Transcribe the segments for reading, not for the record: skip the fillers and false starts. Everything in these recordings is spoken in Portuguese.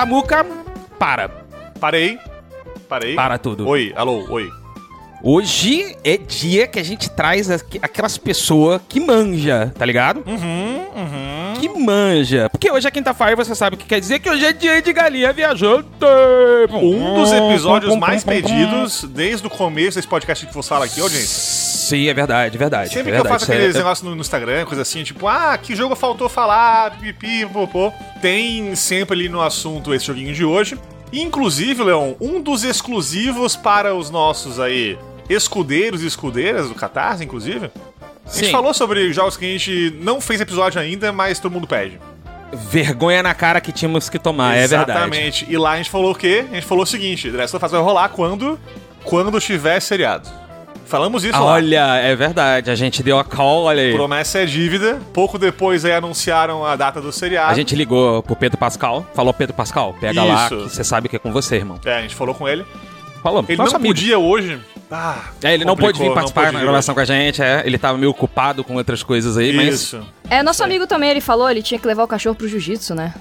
Samuca, para. Parei. Para tudo. Oi, alô, oi. Hoje é dia que a gente traz aquelas pessoas que manja, tá ligado? Que manja. Porque hoje é quinta-feira, você sabe o que quer dizer, que hoje é dia de galinha viajante. Um dos episódios mais pedidos desde o começo desse podcast que você fala aqui, audiência. Sim, é verdade. Sempre que eu faço aqueles negócios no Instagram, coisa assim, tipo, que jogo faltou falar, pipi, popô. Tem sempre ali no assunto esse joguinho de hoje. Inclusive, Leon, um dos exclusivos para os nossos aí escudeiros e escudeiras do Catarse, inclusive. A gente falou sobre jogos que a gente não fez episódio ainda, mas todo mundo pede. Vergonha na cara que tínhamos que tomar, é verdade. Exatamente. E lá a gente falou o quê? A gente falou o seguinte: The Last of Us vai rolar quando tiver seriado. Falamos isso lá. Olha, é verdade. A gente deu a call, olha aí. Promessa é dívida. Pouco depois aí anunciaram a data do seriado. A gente ligou pro Pedro Pascal. Falou, Pedro Pascal, pega isso lá que você sabe que é com você, irmão. A gente falou com ele. Falou. Ele não podia hoje. Ele não pôde vir participar da gravação com a gente, ele tava meio ocupado com outras coisas aí, mas... Isso. Nosso amigo também, ele falou, ele tinha que levar o cachorro pro jiu-jitsu, né?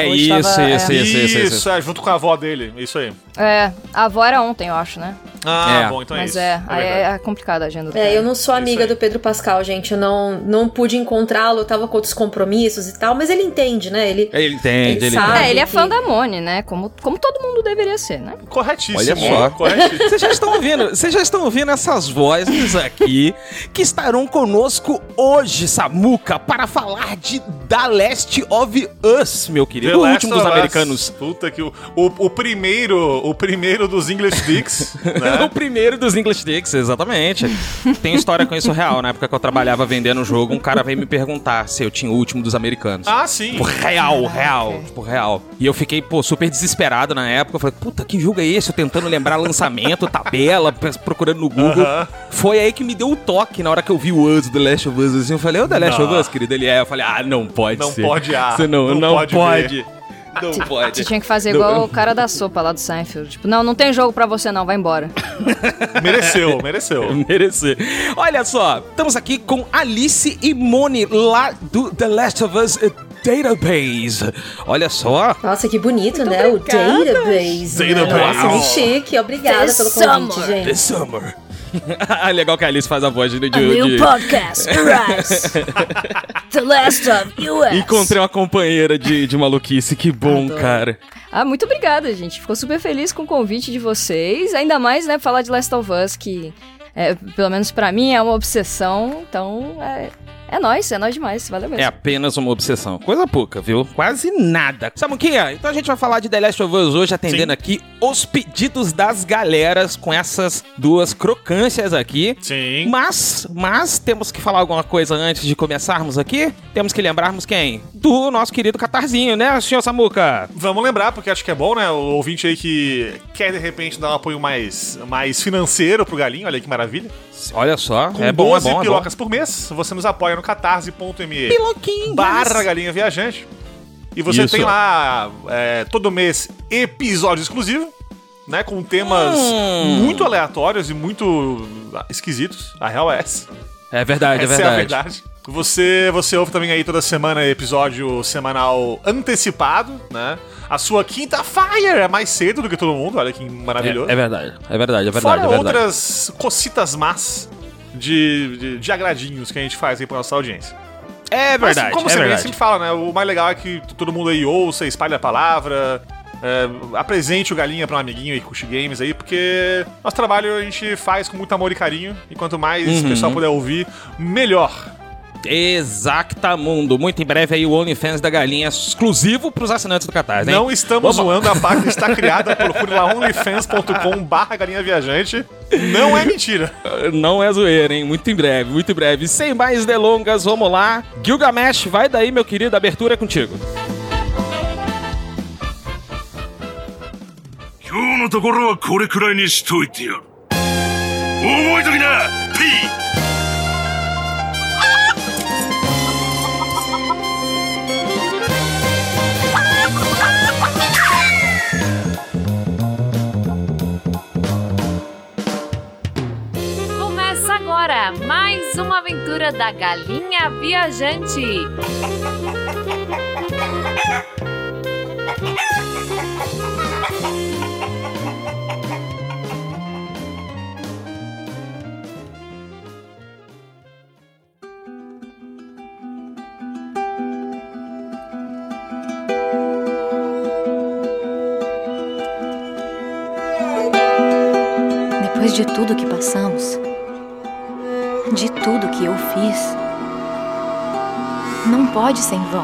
Isso, junto com a avó dele, isso aí. A avó era ontem, eu acho, né? Bom, então mas é isso. Mas é complicada a agenda do cara. Eu não sou amiga do Pedro Pascal, gente, eu não pude encontrá-lo, eu tava com outros compromissos e tal, mas ele entende, né? Ele entende, ele sabe entende. Ele é fã da Moni, né? Como todo mundo deveria ser, né? Corretíssimo. Olha só. Corretíssimo. Vocês já estão ouvindo essas vozes aqui que estarão conosco hoje, Samuca, para falar de The Last of Us, meu querido. O último dos americanos. Puta que o primeiro dos English Dicks, né? O primeiro dos English Dicks, exatamente. Tem história com isso real. Na época que eu trabalhava vendendo o jogo, um cara veio me perguntar se eu tinha o último dos americanos. Sim. Tipo, real. E eu fiquei, super desesperado na época. Eu falei, puta, que jogo é esse? Eu tentando lembrar lançamento, tabela, procurando no Google. Foi aí que me deu o toque na hora que eu vi o Us, The Last of Us, assim. Eu falei, The Last of Us, querido, ele é. Eu falei, não pode ser. Não pode. Você não pode. Não pode. Você tinha que fazer igual o cara da sopa lá do Seinfeld. Tipo, não tem jogo pra você não, vai embora. Mereceu. Olha só, estamos aqui com Alice e Moni lá do The Last of Us Database. Olha só. Nossa, que bonito, muito né? obrigada. O Database. Nossa, que chique. Obrigada pelo convite, gente. The Summer. Legal que a Alice faz a voz de... new podcast, Rise. The Last of Us. Encontrei uma companheira de maluquice, que bom, Adoro. cara. Muito obrigada, gente. Ficou super feliz com o convite de vocês. Ainda mais, né, falar de Last of Us, que, pelo menos pra mim, é uma obsessão. Então, é nóis demais. Valeu mesmo. É apenas uma obsessão. Coisa pouca, viu? Quase nada. Samuquinha, então a gente vai falar de The Last of Us hoje, atendendo aqui os pedidos das galeras com essas duas crocâncias aqui. Sim. Mas temos que falar alguma coisa antes de começarmos aqui? Temos que lembrarmos quem? Do nosso querido Catarzinho, né, senhor Samuca? Vamos lembrar, porque acho que é bom, né? O ouvinte aí que quer, de repente, dar um apoio mais financeiro pro Galinho. Olha aí que maravilha. Olha só, com é bom, 12 pilocas por mês, você nos apoia no catarse.me /Galinha Viajante. E você tem lá, todo mês, episódio exclusivo, né? Com temas muito aleatórios e muito esquisitos. A real é essa. É verdade, essa é a verdade. Você ouve também aí toda semana episódio semanal antecipado, né? A sua quinta-feira é mais cedo do que todo mundo, olha que maravilhoso. É verdade. Fora outras cocitas más de agradinhos que a gente faz aí pra nossa audiência. É verdade. Mas, como você sempre fala, né? O mais legal é que todo mundo aí ouça, espalhe a palavra, apresente o Galinha pra um amiguinho aí, Cuxi Games aí, porque nosso trabalho a gente faz com muito amor e carinho, e quanto mais o pessoal puder ouvir, melhor. Exactamundo. Muito em breve aí o OnlyFans da Galinha exclusivo pros assinantes do Catarse, hein? Não estamos zoando, a página está criada, procure lá onlyfans.com/Galinha Viajante. Não é mentira. Não é zoeira, hein? Muito em breve. Sem mais delongas, vamos lá. Gilgamesh, vai daí, meu querido, a abertura é contigo. 今日のところはこれくらいにしといてやる。覚えときな、P! Começa agora mais uma aventura da Galinha Viajante. Depois de tudo que passamos, de tudo que eu fiz, não pode ser em vão.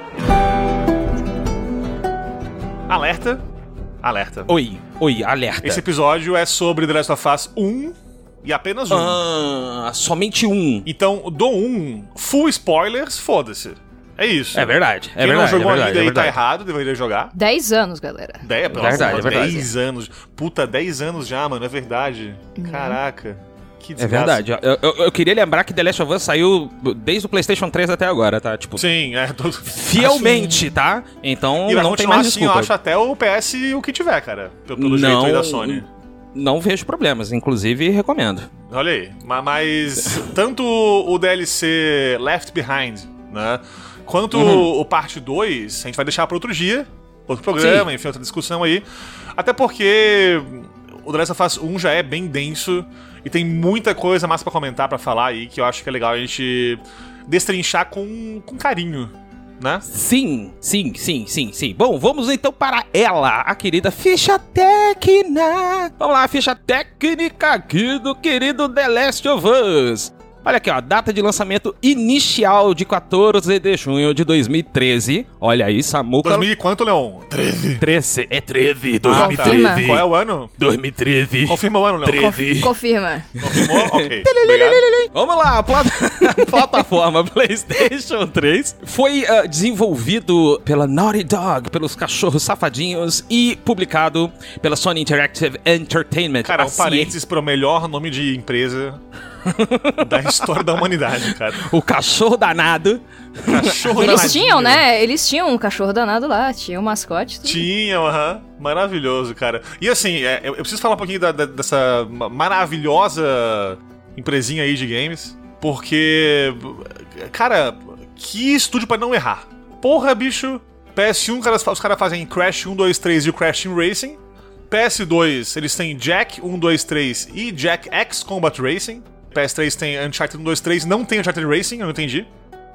Alerta. Oi, alerta. Esse episódio é sobre The Last of Us 1 e apenas 1. Somente 1. Então, do 1, full spoilers, foda-se. É isso. É verdade. Quem não jogou ainda aí tá errado, deveria jogar. 10 anos, galera. 10 anos. Puta, 10 anos já, mano, é verdade. Caraca. Que desgraça. É verdade. Eu queria lembrar que The Last of Us saiu desde o PlayStation 3 até agora, tá? Tipo, sim, fielmente, tá? Então e vai não tem mais desculpa. Eu acho até o PS o que tiver, cara. Pelo jeito aí da Sony. Não vejo problemas, inclusive recomendo. Olha aí. Mas tanto o DLC Left Behind, né? Quanto o parte 2, a gente vai deixar para outro dia, outro programa, sim. Enfim, outra discussão aí. Até porque o The Last of Us 1 já é bem denso e tem muita coisa massa pra comentar, pra falar aí, que eu acho que é legal a gente destrinchar com carinho, né? Sim. Bom, vamos então para ela, a querida ficha técnica. Vamos lá, a ficha técnica aqui do querido The Last of Us. Olha aqui, ó, data de lançamento inicial de 14 de junho de 2013. Olha aí, Samuca. 2000 e quanto, Leon? 13. 2013. Qual é o ano? 2013. Confirma o ano, Leon. 13. Confirma. Confirmou? Ok. Obrigado. Vamos lá, a plataforma PlayStation 3 foi desenvolvido pela Naughty Dog, pelos cachorros safadinhos, e publicado pela Sony Interactive Entertainment. Cara, parênteses para o melhor nome de empresa da história da humanidade, cara. O cachorro danado. Eles tinham, né? Eles tinham um cachorro danado lá, tinha um mascote. Tudo. Tinham, maravilhoso, cara. E assim, eu preciso falar um pouquinho dessa maravilhosa empresinha aí de games, porque, cara, que estúdio pra não errar. Porra, bicho. PS1, os caras fazem Crash 1, 2, 3 e o Crash Team Racing. PS2, eles têm Jack 1, 2, 3 e Jack X Combat Racing. PS3 tem Uncharted 1, 2, 3, não tem Uncharted Racing, eu não entendi.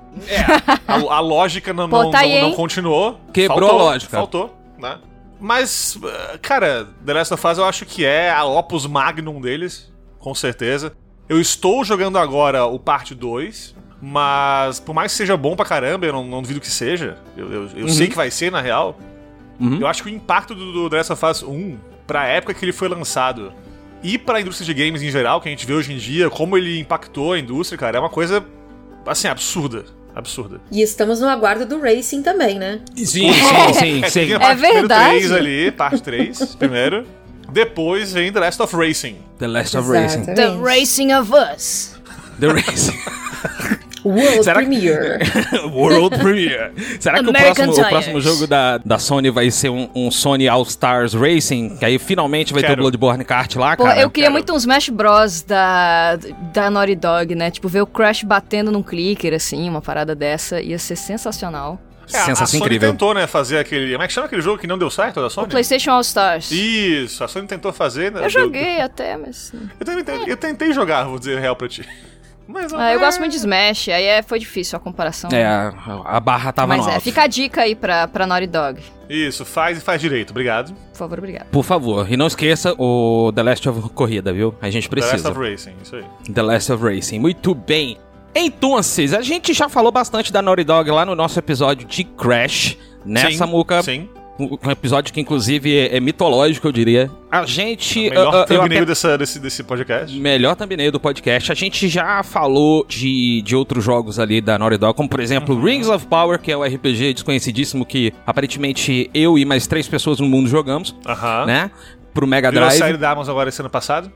A lógica não continuou. Quebrou a lógica. Faltou, né? Mas, cara, The Last of Us eu acho que é a opus magnum deles, com certeza. Eu estou jogando agora o parte 2, mas por mais que seja bom pra caramba, eu não duvido que seja. Eu sei que vai ser, na real. Eu acho que o impacto do The Last of Us 1, pra época que ele foi lançado, e pra indústria de games em geral, que a gente vê hoje em dia, como ele impactou a indústria, cara, é uma coisa, assim, absurda. E estamos no aguardo do Racing também, né? Sim. É verdade. 3 ali, parte 3, primeiro. Depois vem The Last of Racing. The Last of Racing. The Racing of Us. The Racing. World Premiere. World Premiere. Será que o próximo jogo da Sony vai ser um Sony All-Stars Racing? Que aí finalmente vai ter o Bloodborne Kart lá, cara? Pô, eu queria muito um Smash Bros da Naughty Dog, né? Tipo, ver o Crash batendo num clicker, assim, uma parada dessa. Ia ser sensacional. Sensação a Sony incrível. Tentou, né, fazer aquele... Como é que chama aquele jogo que não deu certo da Sony? O PlayStation All-Stars. Isso, a Sony tentou fazer... Né, eu joguei até, mas... Eu tentei jogar, vou dizer real pra ti. Mas, eu gosto muito de Smash, aí foi difícil a comparação. A barra tava no alto. Mas fica a dica aí pra Naughty Dog. Isso, faz direito, obrigado. Por favor, obrigado. Por favor, e não esqueça o The Last of Corrida, viu? A gente precisa. The Last of Racing, isso aí. The Last of Racing, muito bem. Então, a gente já falou bastante da Naughty Dog lá no nosso episódio de Crash, né, Samuca? Sim. Um episódio que, inclusive, é mitológico, eu diria. A gente... Melhor thumbnail desse podcast. Melhor thumbnail do podcast. A gente já falou de outros jogos ali da Naughty Dog, como, por exemplo, Rings of Power, que é o RPG desconhecidíssimo que, aparentemente, eu e mais 3 pessoas no mundo jogamos, né? Pro Mega Drive. Virou série da Amazon agora esse ano passado.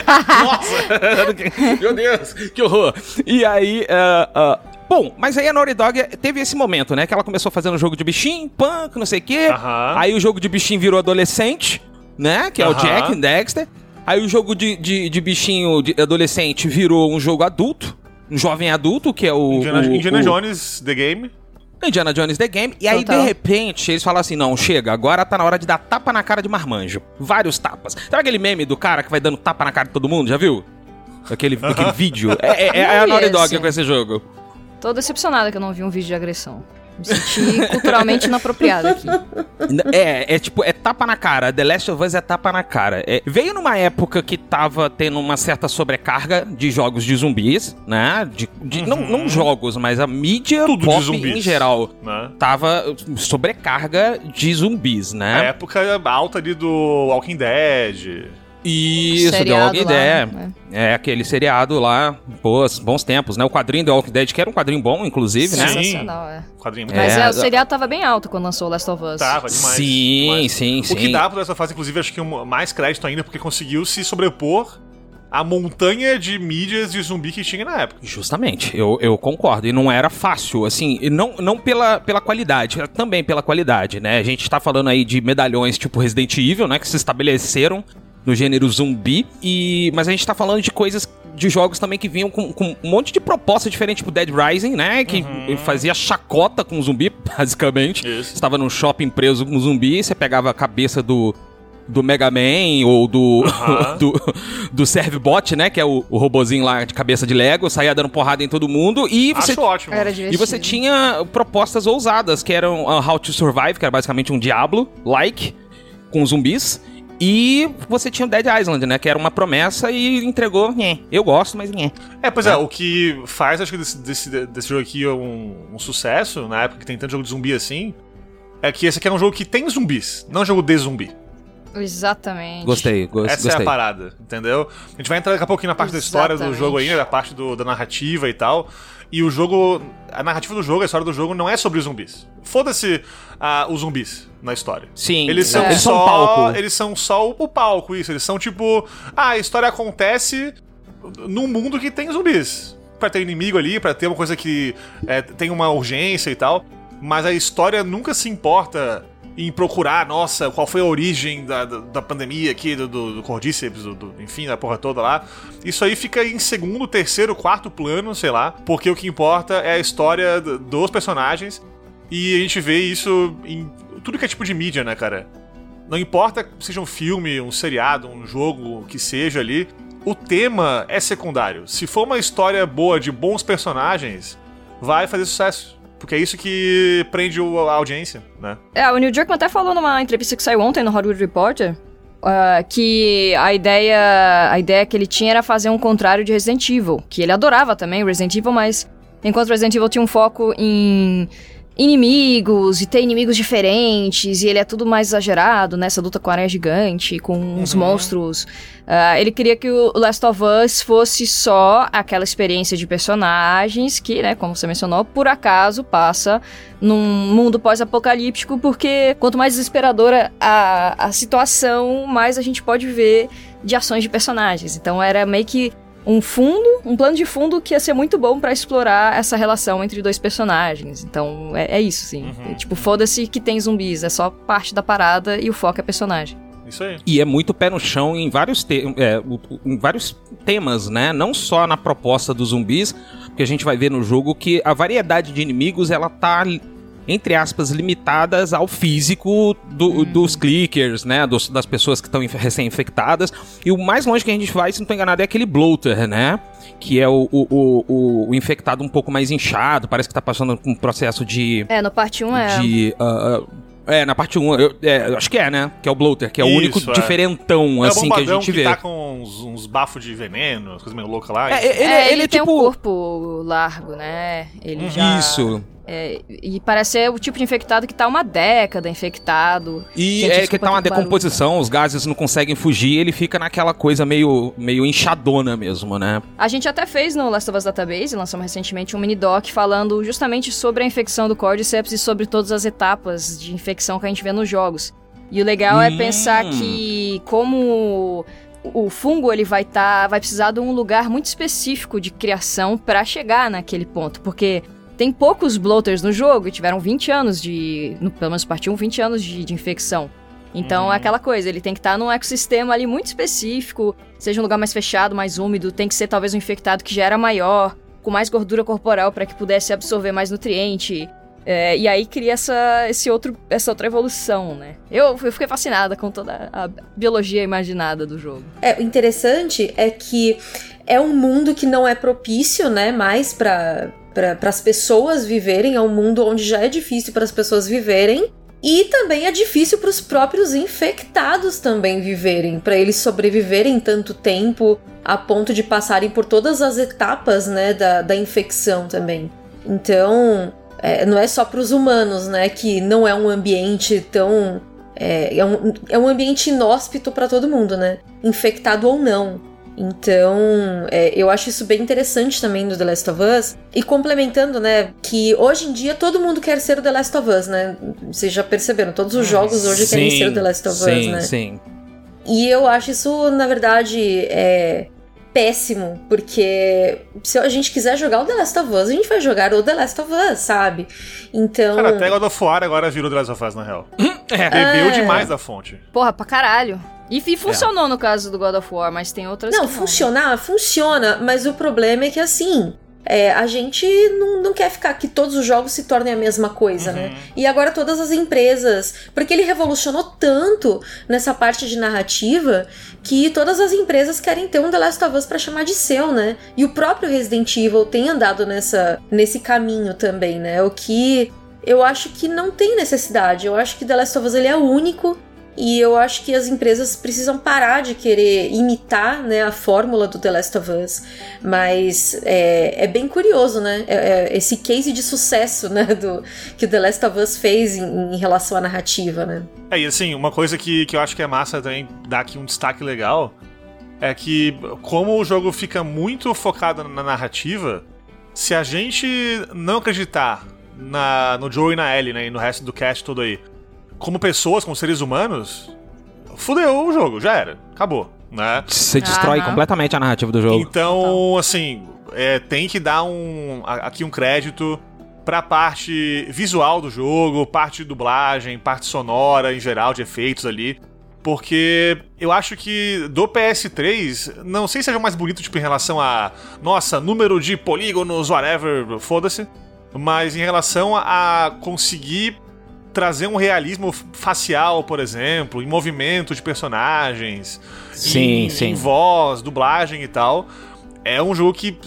Nossa! Meu Deus, que horror! E aí... Bom, mas aí a Naughty Dog teve esse momento, né? Que ela começou fazendo jogo de bichinho, punk, não sei o quê. Aí o jogo de bichinho virou adolescente, né? Que é o Jack and Dexter. Aí o jogo de bichinho de adolescente virou um jogo adulto. Um jovem adulto, que é o... Indiana Jones The Game. Indiana Jones The Game. E aí, de repente, eles falam assim, não, chega, agora tá na hora de dar tapa na cara de marmanjo. Vários tapas. Sabe aquele meme do cara que vai dando tapa na cara de todo mundo? Já viu? Aquele vídeo. É a Naughty Dog com esse jogo. Tô decepcionada que eu não vi um vídeo de agressão. Me senti culturalmente inapropriada aqui. É tapa na cara. The Last of Us é tapa na cara. Veio numa época que tava tendo uma certa sobrecarga de jogos de zumbis, né? Não jogos, mas a mídia tudo pop de zumbis, em geral, né? Tava sobrecarga de zumbis, né? A época alta ali do Walking Dead. Isso, The Walking Dead. É aquele seriado lá, bons tempos, né? O quadrinho The Walking Dead, que era um quadrinho bom, inclusive, né? Sensacional, Quadrinho Mas o seriado tava bem alto quando lançou o Last of Us. Tava demais. Sim. O que dá pro Last of Us, inclusive, acho que mais crédito ainda, porque conseguiu se sobrepor a montanha de mídias de zumbi que tinha na época. Justamente, eu concordo. E não era fácil, assim, e não pela qualidade, também pela qualidade, né? A gente tá falando aí de medalhões tipo Resident Evil, né? Que se estabeleceram no gênero zumbi, mas a gente tá falando de coisas, de jogos também que vinham com um monte de proposta diferente, tipo Dead Rising, né? Que fazia chacota com zumbi, basicamente. Isso. Você tava num shopping preso com zumbi, você pegava a cabeça do Mega Man ou do Servbot, né? Que é o robozinho lá de cabeça de Lego, saía dando porrada em todo mundo e você... Acho ótimo. Era E divertido. você tinha propostas ousadas, que eram How to Survive, que era basicamente um Diablo-like, com zumbis. E você tinha o Dead Island, né? Que era uma promessa e entregou. Eu gosto, mas O que faz, acho que desse jogo aqui um sucesso, na época que tem tanto jogo de zumbi assim, é que esse aqui é um jogo que tem zumbis, não é um jogo de zumbi. Exatamente. Gostei. Essa é a parada, entendeu? A gente vai entrar daqui a pouquinho na parte da história do jogo ainda, da parte da narrativa e tal. E o jogo, a narrativa do jogo, a história do jogo não é sobre zumbis. Foda-se os zumbis na história. Sim, eles são eles só são palco. Eles são só o palco, isso. Eles são tipo, a história acontece num mundo que tem zumbis. Pra ter inimigo ali, pra ter uma coisa que tem uma urgência e tal. Mas a história nunca se importa em procurar, nossa, qual foi a origem da pandemia aqui, do Cordyceps, enfim, da porra toda lá. Isso aí fica em segundo, terceiro, quarto plano, sei lá, porque o que importa é a história dos personagens, e a gente vê isso em tudo que é tipo de mídia, né, cara? Não importa se seja um filme, um seriado, um jogo, que seja ali, o tema é secundário. Se for uma história boa de bons personagens, vai fazer sucesso. Porque é isso que prende a audiência, né? O Neil Druckmann até falou numa entrevista que saiu ontem no Hollywood Reporter que a ideia que ele tinha era fazer um contrário de Resident Evil, que ele adorava também o Resident Evil, mas enquanto Resident Evil tinha um foco em inimigos e ter inimigos diferentes, e ele é tudo mais exagerado, né? Essa luta com a aranha gigante, com uns monstros. Ele queria que o Last of Us fosse só aquela experiência de personagens que, né, como você mencionou, por acaso passa num mundo pós-apocalíptico, porque quanto mais desesperadora a situação, mais a gente pode ver de ações de personagens. Então era meio que um plano de fundo que ia ser muito bom pra explorar essa relação entre dois personagens. Então, é isso, sim. Tipo, foda-se que tem zumbis, é só parte da parada e o foco é personagem. Isso aí. E é muito pé no chão em vários temas, né? Não só na proposta dos zumbis, porque a gente vai ver no jogo que a variedade de inimigos, ela tá, entre aspas, limitadas ao físico dos clickers, né? Das pessoas que estão recém-infectadas. E o mais longe que a gente vai, se não tô enganado, é aquele bloater, né? Que é o infectado um pouco mais inchado, parece que tá passando por um processo de... no parte 1 na parte 1, eu acho que né? Que é o bloater, que é o único diferentão, assim, que a gente vê. Que tá com uns bafos de veneno, coisa meio louca lá. Ele tem tipo um corpo largo, né? Ele já... Isso. E parece ser o tipo de infectado que tá uma década infectado. E que tá uma decomposição, os gases não conseguem fugir, ele fica naquela coisa meio inchadona mesmo, né? A gente até fez no Last of Us Database, lançamos recentemente um mini-doc falando justamente sobre a infecção do Cordyceps e sobre todas as etapas de infecção que a gente vê nos jogos. E o legal é pensar que como o fungo ele vai precisar de um lugar muito específico de criação pra chegar naquele ponto, porque tem poucos bloaters no jogo e tiveram 20 anos pelo menos parte 1, 20 anos de infecção. Então é aquela coisa, ele tem que estar num ecossistema ali muito específico, seja um lugar mais fechado, mais úmido, tem que ser talvez um infectado que já era maior, com mais gordura corporal para que pudesse absorver mais nutriente. E aí cria essa outra evolução, né? Eu fiquei fascinada com toda a biologia imaginada do jogo. O interessante é que é um mundo que não é propício, né, mais pra para as pessoas viverem, é um mundo onde já é difícil para as pessoas viverem, e também é difícil para os próprios infectados também viverem, para eles sobreviverem tanto tempo a ponto de passarem por todas as etapas, né, da infecção também. Então, não é só para os humanos, né, que não é um ambiente tão... É um ambiente inóspito para todo mundo, né, infectado ou não. Então, eu acho isso bem interessante também do The Last of Us. E complementando, né, que hoje em dia todo mundo quer ser o The Last of Us, né? Vocês já perceberam, todos os jogos hoje querem ser o The Last of Us, né? Sim. E eu acho isso, na verdade, péssimo, porque se a gente quiser jogar o The Last of Us, a gente vai jogar o The Last of Us, sabe? Então... Cara, até God of War agora virou The Last of Us, na real. Bebeu demais da fonte. Porra, pra caralho. E funcionou no caso do God of War, mas tem outras não, que funciona, mas o problema é que assim, a gente não quer ficar que todos os jogos se tornem a mesma coisa, né? E agora todas as empresas, porque ele revolucionou tanto nessa parte de narrativa que todas as empresas querem ter um The Last of Us pra chamar de seu, né? E o próprio Resident Evil tem andado nesse caminho também, né? O que eu acho que não tem necessidade. Eu acho que The Last of Us ele é único. E eu acho que as empresas precisam parar de querer imitar, né, a fórmula do The Last of Us. Mas é bem curioso, né? Esse case de sucesso, né, que o The Last of Us fez em relação à narrativa, né? E assim, uma coisa que eu acho que é massa também, dar aqui um destaque legal, é que como o jogo fica muito focado na narrativa, se a gente não acreditar no Joe e na Ellie, né, e no resto do cast todo aí, como pessoas, como seres humanos, fudeu o jogo, já era, acabou, né? Você destrói completamente a narrativa do jogo. Então, assim, tem que dar aqui um crédito pra parte visual do jogo, parte de dublagem, parte sonora em geral, de efeitos ali, porque eu acho que do PS3, não sei se seja mais bonito, tipo, em relação a, nossa, número de polígonos, whatever, foda-se, mas em relação a conseguir trazer um realismo facial, por exemplo, em movimento de personagens, em voz, dublagem e tal. É um jogo que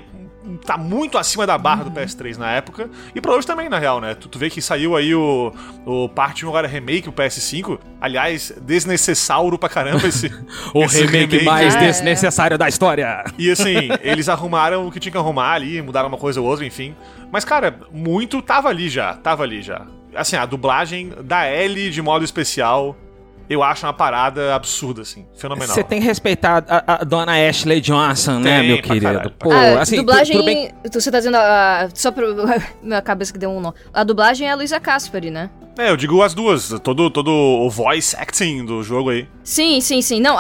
tá muito acima da barra do PS3 na época, e pra hoje também, na real, né? Tu vê que saiu aí o Parte 1 agora remake, o PS5. Aliás, desnecessário pra caramba esse esse remake mais desnecessário da história. E assim, eles arrumaram o que tinha que arrumar ali, mudaram uma coisa ou outra, enfim. Mas, cara, muito tava ali já. Assim, a dublagem da Ellie de modo especial, eu acho uma parada absurda, assim, fenomenal. Você tem que respeitar a dona Ashley Johnson, né, meu querido? Pô, assim, dublagem, tudo bem... Você tá dizendo, só pra minha cabeça que deu um nó. A dublagem é a Luisa Caspari, né? Eu digo as duas, todo o voice acting do jogo aí. Sim. Não,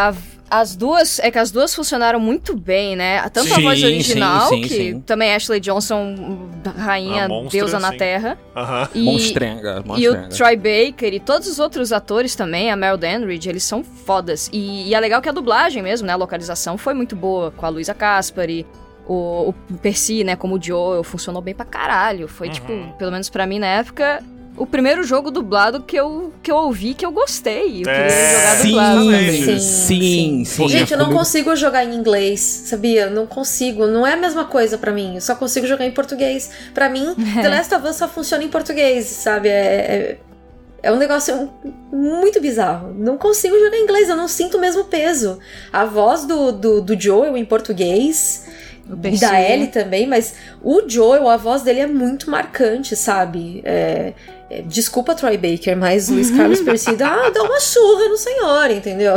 as duas funcionaram muito bem, né? Tanto a voz original, que também é Ashley Johnson, rainha, deusa na terra. Monstrenga. E o Troy Baker e todos os outros atores também, a Meryl Dandridge, eles são fodas. E é legal que a dublagem mesmo, né? A localização foi muito boa, com a Luisa Caspari. O Percy, né, como o Joel, funcionou bem pra caralho. Foi, tipo, pelo menos pra mim na época... O primeiro jogo dublado que eu ouvi, que eu gostei. Eu queria jogar dublado também. Sim. Gente, eu não consigo jogar em inglês, sabia? Não consigo. Não é a mesma coisa pra mim. Eu só consigo jogar em português. Pra mim, The Last of Us só funciona em português, sabe? É um negócio muito bizarro. Não consigo jogar em inglês, eu não sinto o mesmo peso. A voz do Joel em português... E da Ellie também, mas o Joel, a voz dele é muito marcante, sabe? Desculpa, Troy Baker, mas Luiz Carlos Percy dá uma surra no senhor, entendeu?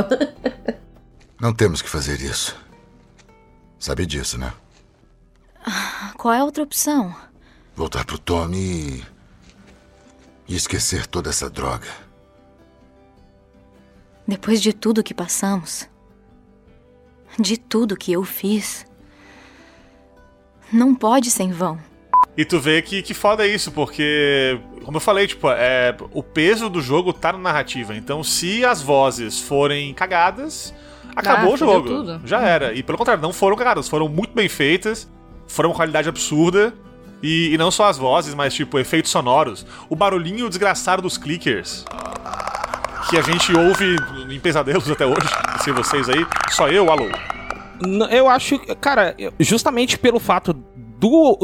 Não temos que fazer isso. Sabe disso, né? Qual é a outra opção? Voltar pro Tommy e esquecer toda essa droga. Depois de tudo que passamos, de tudo que eu fiz... Não pode ser em vão. E tu vê que foda isso, porque, como eu falei, tipo, o peso do jogo tá na narrativa. Então, se as vozes forem cagadas, acabou o jogo. Tudo. Já era. E pelo contrário, não foram cagadas, foram muito bem feitas, foram uma qualidade absurda. E não só as vozes, mas, tipo, efeitos sonoros. O barulhinho desgraçado dos clickers, que a gente ouve em pesadelos até hoje. Não sei vocês aí, só eu, alô. Eu acho, cara, justamente pelo fato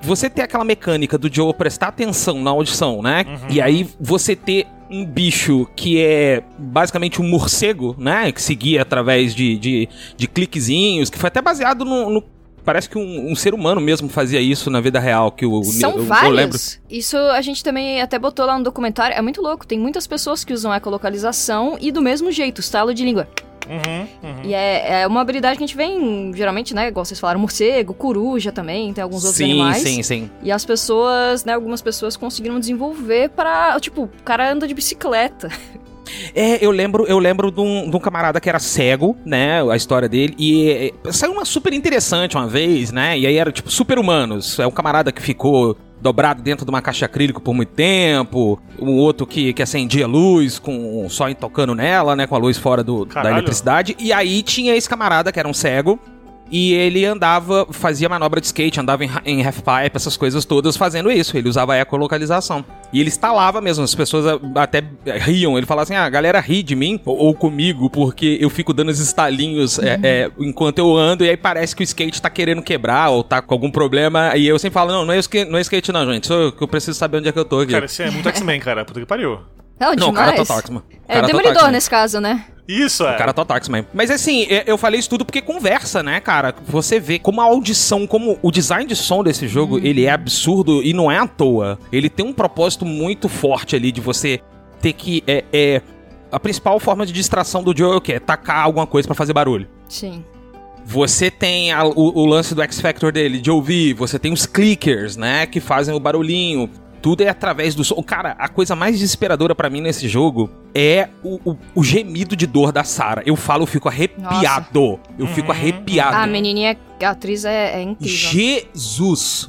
você ter aquela mecânica do Joe prestar atenção na audição, né? E aí você ter um bicho que é basicamente um morcego, né? Que seguia através de cliquezinhos, que foi até baseado no parece que um ser humano mesmo fazia isso na vida real. São vários. Isso a gente também até botou lá no documentário. É muito louco. Tem muitas pessoas que usam ecolocalização e do mesmo jeito, estalo de língua. E é uma habilidade que a gente vê geralmente, né, igual vocês falaram, morcego, coruja também, tem alguns outros animais. Sim. E as pessoas, né, algumas pessoas conseguiram desenvolver pra, tipo, o cara anda de bicicleta. Eu lembro de um camarada que era cego, né, a história dele, e saiu uma super interessante uma vez, né, e aí era tipo Super-Humanos, é um camarada que ficou dobrado dentro de uma caixa acrílico por muito tempo, um outro que acendia luz com só tocando nela, né, com a luz fora da eletricidade, e aí tinha esse camarada que era um cego, e ele fazia manobra de skate, andava em half-pipe, essas coisas todas fazendo isso. Ele usava a ecolocalização. E ele instalava mesmo, as pessoas até riam. Ele falava assim, a galera ri de mim ou comigo, porque eu fico dando os estalinhos enquanto eu ando, e aí parece que o skate tá querendo quebrar ou tá com algum problema. E eu sempre falo, não é skate não, gente. Eu preciso saber onde é que eu tô aqui. Cara, isso é muito X-Men, cara. Puta que pariu. Não, o cara tá X-Men. É Demolidor nesse caso, né? Isso, O cara tá X-Men. Mas assim, eu falei isso tudo porque conversa, né, cara? Você vê como a audição, como o design de som desse jogo, ele é absurdo e não é à toa. Ele tem um propósito muito forte ali de você ter que... a principal forma de distração do Joe é tacar alguma coisa pra fazer barulho. Sim. Você tem o lance do X-Factor dele, de ouvir. Você tem os clickers, né, que fazem o barulhinho. Tudo é através do som. Cara, a coisa mais desesperadora pra mim nesse jogo é o gemido de dor da Sarah. Eu fico arrepiado. Nossa. Eu fico arrepiado. A menininha, a atriz é incrível. Jesus!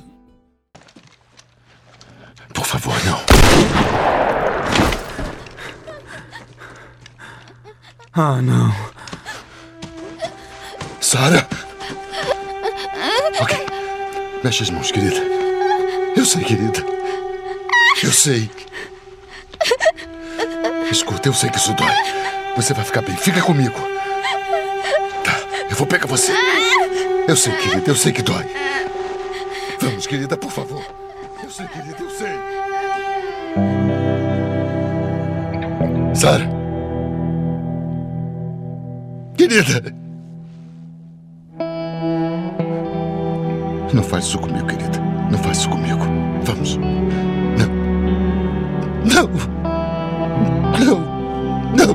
Por favor, não. Ah, não. Sarah! Ok. Mexe as mãos, querida. Eu sei, querida. Eu sei. Escuta, eu sei que isso dói. Você vai ficar bem. Fica comigo. Tá, eu vou pegar você. Eu sei, querida, eu sei que dói. Vamos, querida, por favor. Eu sei, querida, eu sei. Sarah. Querida. Não faz isso comigo, querida. Não faz isso comigo. Vamos. Não! Não! Não!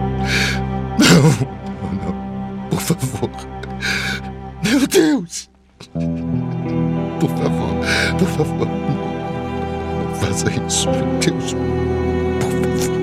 Não! Não! Por favor! Meu Deus! Por favor! Por favor! Não faça isso, meu Deus! Por favor!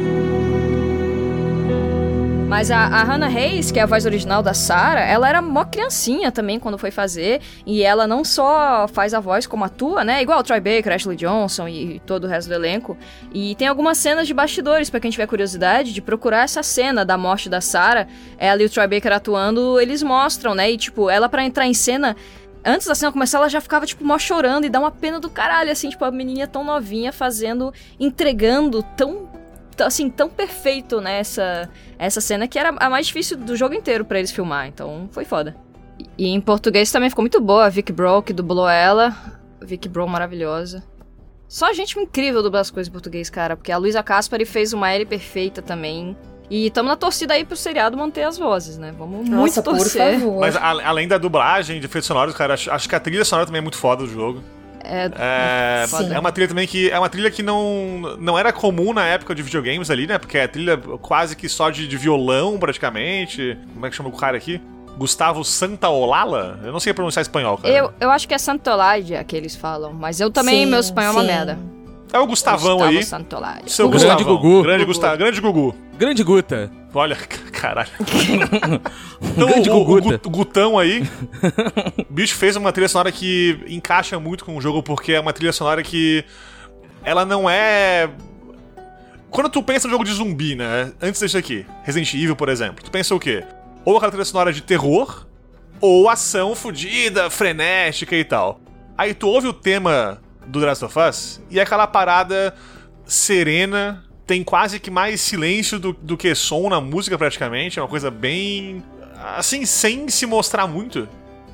Mas a Hannah Hayes, que é a voz original da Sarah, ela era mó criancinha também quando foi fazer. E ela não só faz a voz como atua, né? Igual o Troy Baker, Ashley Johnson e todo o resto do elenco. E tem algumas cenas de bastidores, pra quem tiver curiosidade, de procurar essa cena da morte da Sarah. Ela e o Troy Baker atuando, eles mostram, né? E tipo, ela pra entrar em cena... Antes da cena começar, ela já ficava, tipo, mó chorando e dá uma pena do caralho, assim, tipo, a menininha tão novinha fazendo, entregando tão perfeito, né, essa cena que era a mais difícil do jogo inteiro pra eles filmar, então foi foda. E em português também ficou muito boa, a Vicky Bro, que dublou ela, Vicky Bro maravilhosa. Só gente incrível dublar as coisas em português, cara, porque a Luísa Caspari fez uma Ellie perfeita também. E tamo na torcida aí pro seriado manter as vozes, né? Vamos muito torcer. Por favor. Mas além da dublagem, de efeitos sonoros, cara, acho que a trilha sonora também é muito foda do jogo. É uma trilha também que... É uma trilha que não era comum na época de videogames ali, né? Porque é trilha quase que só de violão, praticamente. Como é que chama o cara aqui? Gustavo Santaolalla? Eu não sei pronunciar espanhol, cara. Eu acho que é Santolaya que eles falam. Mas eu também, meu espanhol é uma merda. É o Gustavão Gustavo aí. Santolaya. Seu grande Gugu. Grande Gugu. Grande Guta. Olha, caralho. Então, Grande o Gutão aí, o bicho fez uma trilha sonora que encaixa muito com o jogo, porque é uma trilha sonora que ela não é... Quando tu pensa no jogo de zumbi, né? Antes desse aqui, Resident Evil, por exemplo, tu pensa o quê? Ou aquela trilha sonora de terror, ou ação fodida, frenética e tal. Aí tu ouve o tema do The Last of Us e é aquela parada serena, tem quase que mais silêncio do que som na música praticamente, é uma coisa bem... assim, sem se mostrar muito,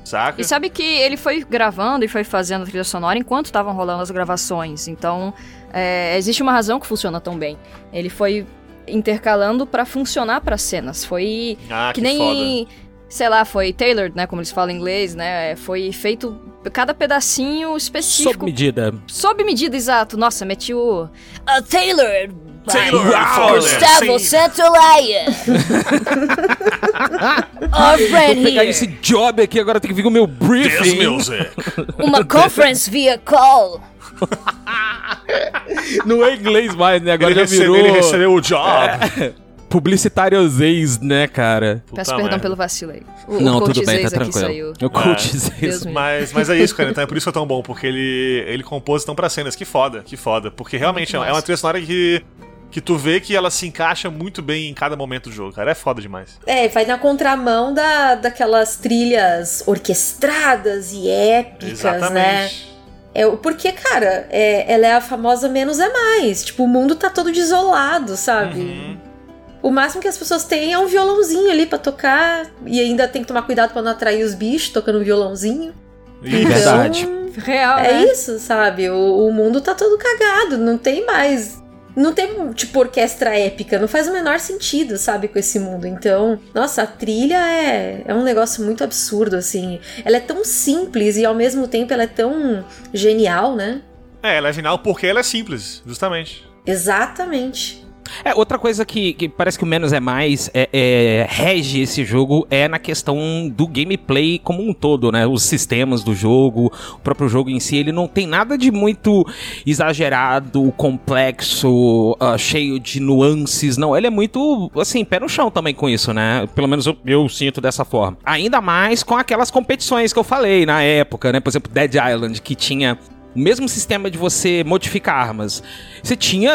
saca? E sabe que ele foi gravando e foi fazendo a trilha sonora enquanto estavam rolando as gravações. Então, existe uma razão que funciona tão bem. Ele foi intercalando pra funcionar pras cenas. Foi que nem... foda. Sei lá, foi tailored, né? Como eles falam em inglês, né? Foi feito cada pedacinho específico. Sob medida. Sob medida, exato. Nossa, meti o... tailored Gustavo Santolaya. Our friend Vou pegar here. esse job aqui, agora tem que vir com o meu briefing. Uma conference via call. Não é inglês mais, né? Agora Ele já virou... recebeu o job. Publicitáriozês, né, cara? Peço perdão pelo vacilo aí. Não, tudo bem, tá aqui tranquilo. saiu. Eu coachzês. Deus me Mas é isso, cara. Então é por isso que é tão bom, porque ele compôs tão pra cenas. Que foda. Porque realmente é uma trilha sonora que tu vê que ela se encaixa muito bem em cada momento do jogo, cara. É foda demais. Vai na contramão daquelas trilhas orquestradas e épicas, né? Porque, cara, ela é a famosa menos é mais. Tipo, o mundo tá todo desolado, sabe? O máximo que as pessoas têm é um violãozinho ali pra tocar. E ainda tem que tomar cuidado pra não atrair os bichos tocando violãozinho. Isso. Verdade. Real, Isso, sabe? O mundo tá todo cagado. Não tem mais... Não tem, tipo, orquestra épica. Não faz o menor sentido, sabe? Com esse mundo. Então, nossa, a trilha é um negócio muito absurdo, assim. Ela é tão simples e, ao mesmo tempo, ela é tão genial, né? Ela é genial porque ela é simples, justamente. Exatamente. Outra coisa que parece que o menos é mais rege esse jogo é na questão do gameplay como um todo, né? Os sistemas do jogo, o próprio jogo em si, ele não tem nada de muito exagerado, complexo, cheio de nuances, não. Ele é muito, assim, pé no chão também com isso, né? Pelo menos eu sinto dessa forma. Ainda mais com aquelas competições que eu falei na época, né? Por exemplo, Dead Island, que tinha... o mesmo sistema de você modificar armas. Você tinha...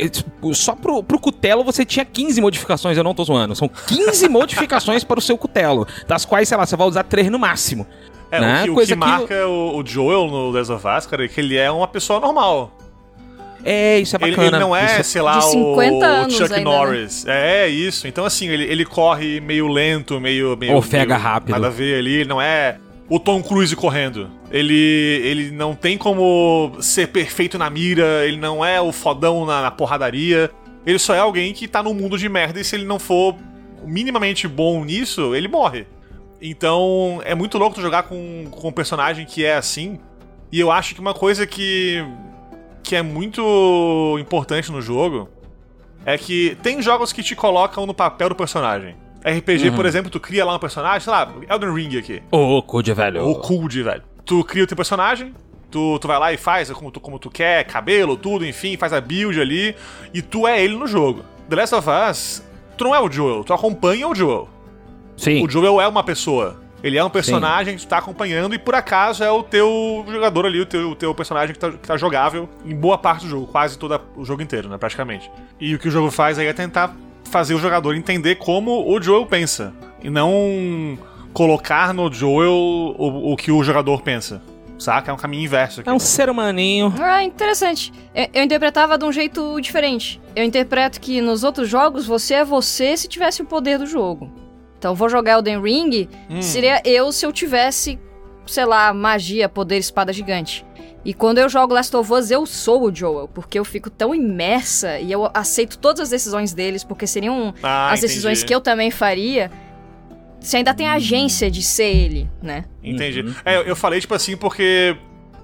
Só pro cutelo você tinha 15 modificações, eu não tô zoando. São 15 modificações para o seu cutelo. Das quais, sei lá, você vai usar 3 no máximo. Né? O que marca o Joel no Last of Us, cara, é que ele é uma pessoa normal. Isso é bacana. Ele não é, sei lá, de 50 anos Chuck ainda, Norris. Né? Isso. Então, assim, ele corre meio lento, meio ofega rápido. Nada a ver ali. Ele não é... o Tom Cruise correndo. Ele não tem como ser perfeito na mira, ele não é o fodão na porradaria. Ele só é alguém que tá num mundo de merda e se ele não for minimamente bom nisso, ele morre. Então é muito louco tu jogar com um personagem que é assim. E eu acho que uma coisa que é muito importante no jogo é que tem jogos que te colocam no papel do personagem. RPG, por exemplo, tu cria lá um personagem, sei lá, Elden Ring aqui. Cold, velho. Velho. Tu cria o teu personagem, tu vai lá e faz como tu quer, cabelo, tudo, enfim, faz a build ali, e tu é ele no jogo. The Last of Us, tu não é o Joel, tu acompanha o Joel. Sim. O Joel é uma pessoa. Ele é um personagem que tu tá acompanhando e por acaso é o teu jogador ali, o teu personagem que tá jogável em boa parte do jogo, quase todo o jogo inteiro, né, praticamente. E o que o jogo faz aí é tentar fazer o jogador entender como o Joel pensa e não colocar no Joel o que o jogador pensa, saca? É um caminho inverso aqui. É um ser humaninho. Interessante. Eu interpretava de um jeito diferente. Eu interpreto que nos outros jogos você é você se tivesse o poder do jogo. Então vou jogar Elden Ring, seria eu se eu tivesse, sei lá, magia, poder, espada gigante. E quando eu jogo Last of Us, eu sou o Joel, porque eu fico tão imersa e eu aceito todas as decisões deles, porque seriam as decisões que eu também faria. Você ainda tem a agência de ser ele, né? Entendi. Eu falei, tipo assim, porque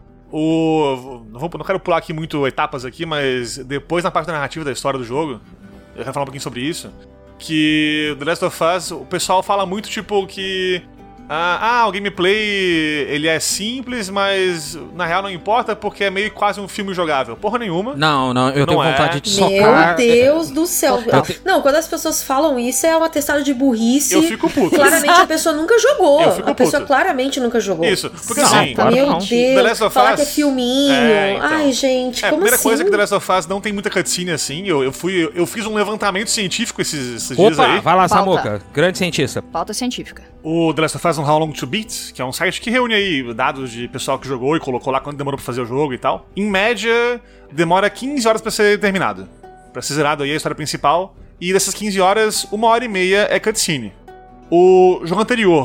não quero pular aqui muito etapas aqui, mas depois na parte da narrativa da história do jogo, eu quero falar um pouquinho sobre isso, que The Last of Us, o pessoal fala muito, tipo, que... o gameplay, ele é simples, mas na real não importa porque é meio quase um filme jogável. Porra nenhuma. Não, eu tenho vontade de socar. Meu Deus do céu. Não, quando as pessoas falam isso é um atestado de burrice. Eu fico puto. Claramente a pessoa nunca jogou. Eu fico a pessoa puto. claramente nunca jogou. Isso, porque assim... Meu Deus, The Last of falar Us, que é filminho. então. Ai, gente, como assim? A primeira coisa é que The Last of Us não tem muita cutscene assim. Eu fiz um levantamento científico esses dias aí. Vai lá, Samuca. Grande cientista. Pauta científica. O The Last of Us on How Long to Beat, que é um site que reúne aí dados de pessoal que jogou e colocou lá quanto demorou pra fazer o jogo e tal. Em média, demora 15 horas pra ser terminado. Pra ser zerado aí a história principal. E dessas 15 horas, 1h30 é cutscene. O jogo anterior,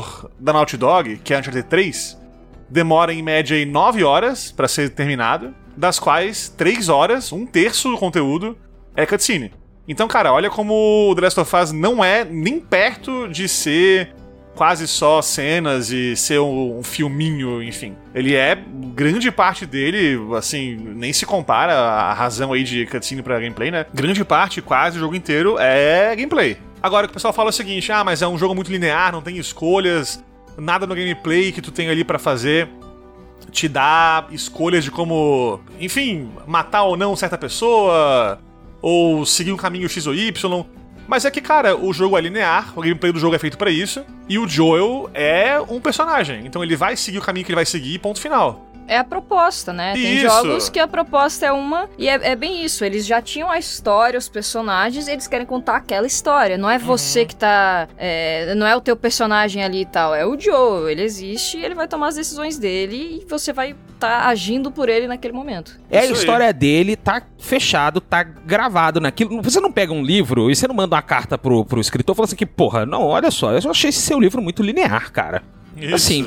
da Naughty Dog, que é Uncharted 3, demora em média aí 9 horas pra ser terminado, das quais 3 horas, 1/3 do conteúdo, é cutscene. Então, cara, olha como o The Last of Us não é nem perto de ser quase só cenas e ser um filminho, enfim. Ele é, grande parte dele, assim, nem se compara a razão aí de cutscene pra gameplay, né? Grande parte, quase o jogo inteiro, é gameplay. Agora, o pessoal fala o seguinte, mas é um jogo muito linear, não tem escolhas, nada no gameplay que tu tem ali pra fazer te dá escolhas de como, enfim, matar ou não certa pessoa, ou seguir um caminho X ou Y. Mas é que, cara, o jogo é linear, o gameplay do jogo é feito pra isso, e o Joel é um personagem, então ele vai seguir o caminho que ele vai seguir, ponto final. É a proposta, né? Tem jogos que a proposta é uma, e é bem isso, eles já tinham a história, os personagens, eles querem contar aquela história, não é você que tá, não é o teu personagem ali e tal, é o Joel, ele existe, ele vai tomar as decisões dele, e você vai tá agindo por ele naquele momento. A história dele tá fechado, tá gravado naquilo. Você não pega um livro e você não manda uma carta pro escritor falando assim que, porra, não, olha só, eu achei esse seu livro muito linear, cara. Isso. Assim,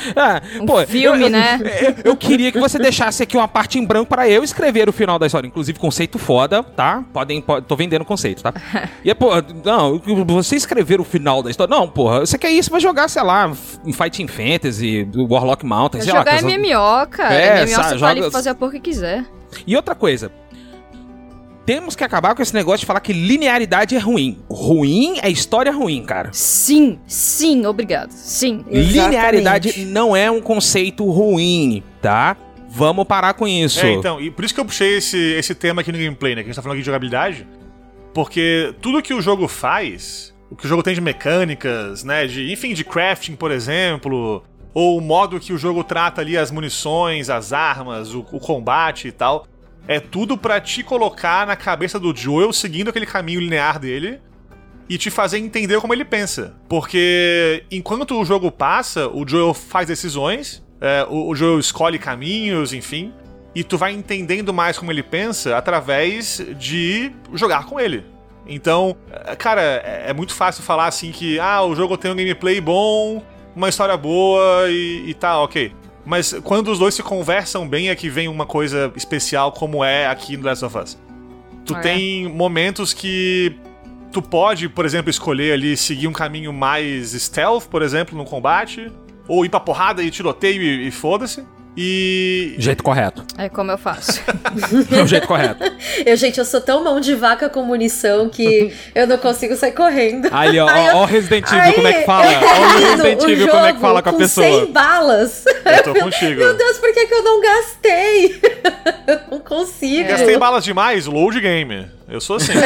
filme, né? Eu queria que você deixasse aqui uma parte em branco para eu escrever o final da história. Inclusive, conceito foda, tá? Tô vendendo conceito, tá? E não, você escrever o final da história. Não, porra, você quer isso, vai jogar, sei lá, Fighting Fantasy, Warlock Mountain, sei lá. Jogar MMO, cara. MMO você pode fazer a porra que quiser. E outra coisa. Temos que acabar com esse negócio de falar que linearidade é ruim. Ruim é história ruim, cara. Sim, obrigado. Sim. Linearidade não é um conceito ruim, tá? Vamos parar com isso. Então, e por isso que eu puxei esse tema aqui no gameplay, né? Que a gente tá falando aqui de jogabilidade. Porque tudo que o jogo faz, o que o jogo tem de mecânicas, né? Enfim, de crafting, por exemplo, ou o modo que o jogo trata ali as munições, as armas, o combate e tal. É tudo pra te colocar na cabeça do Joel seguindo aquele caminho linear dele e te fazer entender como ele pensa. Porque enquanto o jogo passa, o Joel faz decisões, o Joel escolhe caminhos, enfim, e tu vai entendendo mais como ele pensa através de jogar com ele. Então, cara, é muito fácil falar assim que o jogo tem um gameplay bom, uma história boa e tá, ok. Mas quando os dois se conversam bem é que vem uma coisa especial como é aqui no Last of Us. Tu tem momentos que tu pode, por exemplo, escolher ali seguir um caminho mais stealth, por exemplo, no combate, ou ir pra porrada e tiroteio e foda-se. Jeito correto. É como eu faço. É o jeito correto. Gente, eu sou tão mão de vaca com munição que eu não consigo sair correndo. Aí, ó o Resident Evil, como é que fala? Ó o Resident Evil, como é que fala com a pessoa. 100 balas. Eu tô contigo. Meu Deus, por que eu não gastei? Eu não consigo. Gastei balas demais? Load game. Eu sou assim.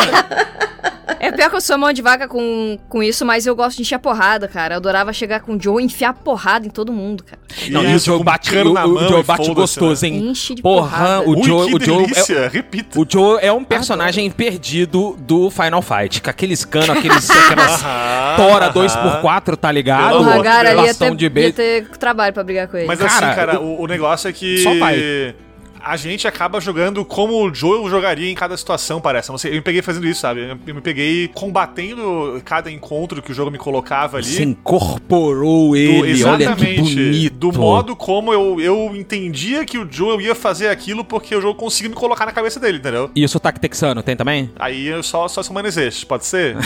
É pior que eu sou mão de vaca com isso, mas eu gosto de encher a porrada, cara. Eu adorava chegar com o Joe e enfiar porrada em todo mundo, cara. Não, e o Joe bate gostoso, hein? Enche de porrada. O Joe repito. O Joe é um personagem perdido do Final Fight. Com aqueles canos, aquelas tora 2x4, tá ligado? O Hagar ali ia ter trabalho pra brigar com ele. Mas assim, cara, o negócio é que... Só vai. A gente acaba jogando como o Joel jogaria em cada situação, parece. Eu me peguei fazendo isso, sabe? Eu me peguei combatendo cada encontro que o jogo me colocava ali. Se incorporou ele, exatamente, olha que bonito. Do modo como eu entendia que o Joel ia fazer aquilo porque o jogo conseguiu me colocar na cabeça dele, entendeu? E o sotaque texano, tem também? Aí eu só se humanizei, pode ser?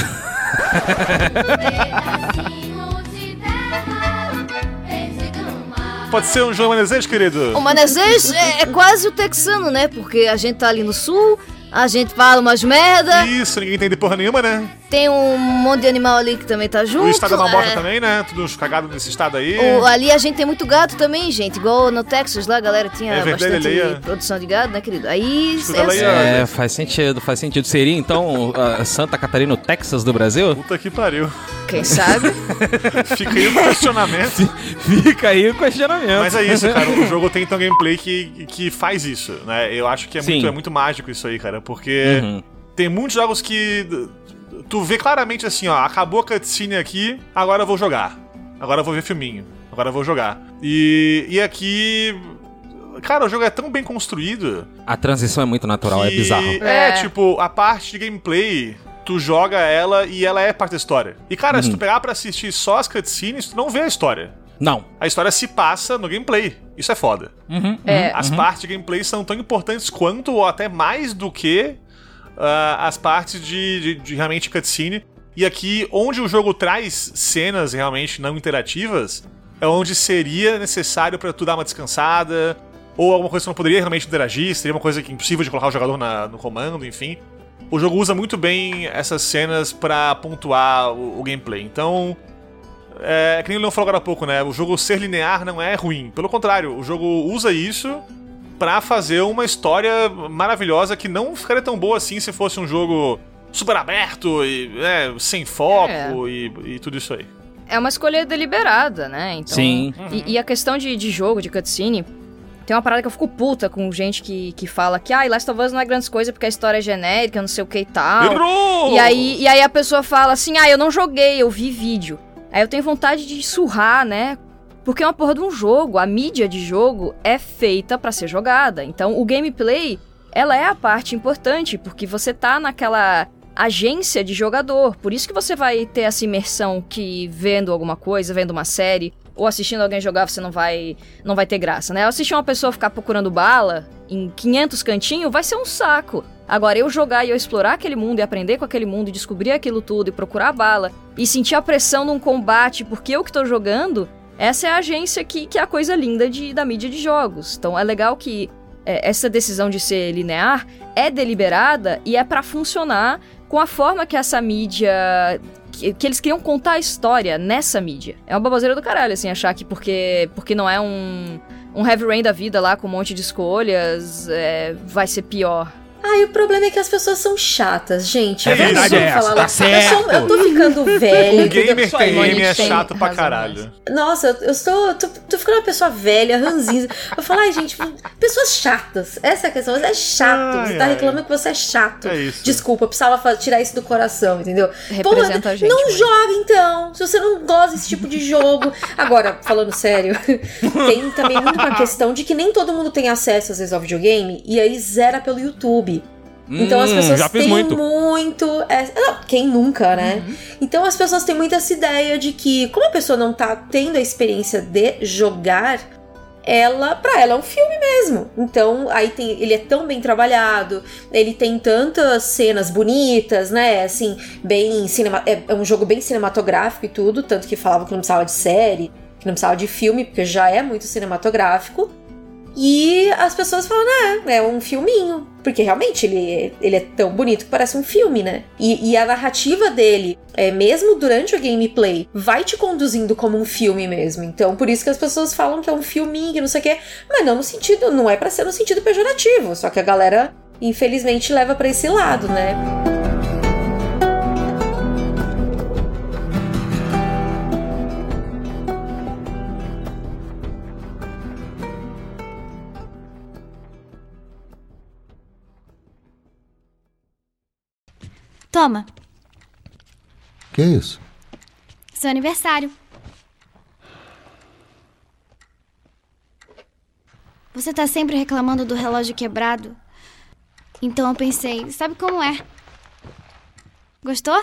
Pode ser um João Manezês, querido? O Manezês é quase o texano, né? Porque a gente tá ali no sul, a gente fala umas merda. Isso, ninguém entende porra nenhuma, né? Tem um monte de animal ali que também tá junto. O estado da morte também, né? Tudo cagados nesse estado aí. Ali a gente tem muito gato também, gente. Igual no Texas lá, a galera tinha bastante produção de gado, né, querido? Aí... faz sentido. Seria, então, Santa Catarina, o Texas do Brasil? Puta que pariu. Quem sabe? Fica aí o questionamento. Fica aí o questionamento. Mas é isso, cara. O jogo tem então gameplay que faz isso, né? Eu acho que é muito mágico isso aí, cara. Porque tem muitos jogos que tu vê claramente assim, ó, acabou a cutscene aqui, agora eu vou jogar. Agora eu vou ver filminho. Agora eu vou jogar. E aqui... Cara, o jogo é tão bem construído... A transição é muito natural, é bizarro. Tipo, a parte de gameplay... tu joga ela e ela é parte da história. E, cara, se tu pegar pra assistir só as cutscenes, tu não vê a história. Não. A história se passa no gameplay. Isso é foda. As partes de gameplay são tão importantes quanto, ou até mais do que as partes de realmente cutscene. E aqui, onde o jogo traz cenas realmente não interativas, é onde seria necessário pra tu dar uma descansada, ou alguma coisa que tu não poderia realmente interagir, seria uma coisa que é impossível de colocar o jogador no comando, enfim. O jogo usa muito bem essas cenas pra pontuar o gameplay. Então, que nem o Leon falou agora há pouco, né? O jogo ser linear não é ruim. Pelo contrário, o jogo usa isso pra fazer uma história maravilhosa que não ficaria tão boa assim se fosse um jogo super aberto e sem foco e tudo isso aí. É uma escolha deliberada, né? Então, sim. E a questão de jogo, de cutscene, tem uma parada que eu fico puta com gente que fala que Last of Us não é grande coisa porque a história é genérica, não sei o que e tal. Errou! E aí a pessoa fala assim, eu não joguei, eu vi vídeo. Aí eu tenho vontade de surrar, né? Porque é uma porra de um jogo, a mídia de jogo é feita pra ser jogada. Então o gameplay, ela é a parte importante, porque você tá naquela agência de jogador. Por isso que você vai ter essa imersão que vendo alguma coisa, vendo uma série, ou assistindo alguém jogar, você não vai ter graça, né? Assistir uma pessoa ficar procurando bala em 500 cantinhos vai ser um saco. Agora, eu jogar e eu explorar aquele mundo e aprender com aquele mundo e descobrir aquilo tudo e procurar bala e sentir a pressão num combate porque eu que tô jogando, essa é a agência que é a coisa linda da mídia de jogos. Então, é legal que essa decisão de ser linear é deliberada e é pra funcionar com a forma que essa mídia... Que eles queriam contar a história nessa mídia. É uma baboseira do caralho, assim, achar que porque não é um Heavy Rain da vida lá com um monte de escolhas, vai ser pior. E o problema é que as pessoas são chatas, gente. É verdade, tá certo. Eu tô ficando velha. O gamer TM é chato pra caralho. Nossa, eu tô ficando uma pessoa velha, ranzinza. Eu falo, gente, pessoas chatas. Essa é a questão, você é chato. Você tá reclamando que você é chato. É isso. Desculpa, eu precisava tirar isso do coração, entendeu? Representa a gente. Não joga, então. Se você não gosta desse tipo de jogo. Agora, falando sério, tem também muito uma questão de que nem todo mundo tem acesso, às vezes, ao videogame, e aí zera pelo YouTube. Então as pessoas têm muito quem nunca, né? Então as pessoas têm muito essa ideia de que, como a pessoa não tá tendo a experiência de jogar, pra ela é um filme mesmo. Então aí ele é tão bem trabalhado, ele tem tantas cenas bonitas, né? Assim, é um jogo bem cinematográfico e tudo, tanto que falava que não precisava de série, que não precisava de filme, porque já é muito cinematográfico. E as pessoas falam, é um filminho. Porque realmente ele é tão bonito que parece um filme, né? E a narrativa dele, mesmo durante o gameplay, vai te conduzindo como um filme mesmo. Então, por isso que as pessoas falam que é um filminho, que não sei o quê. Mas não é pra ser no sentido pejorativo. Só que a galera, infelizmente, leva pra esse lado, né? Toma. Que isso? Seu aniversário. Você tá sempre reclamando do relógio quebrado. Então eu pensei, sabe como é? Gostou?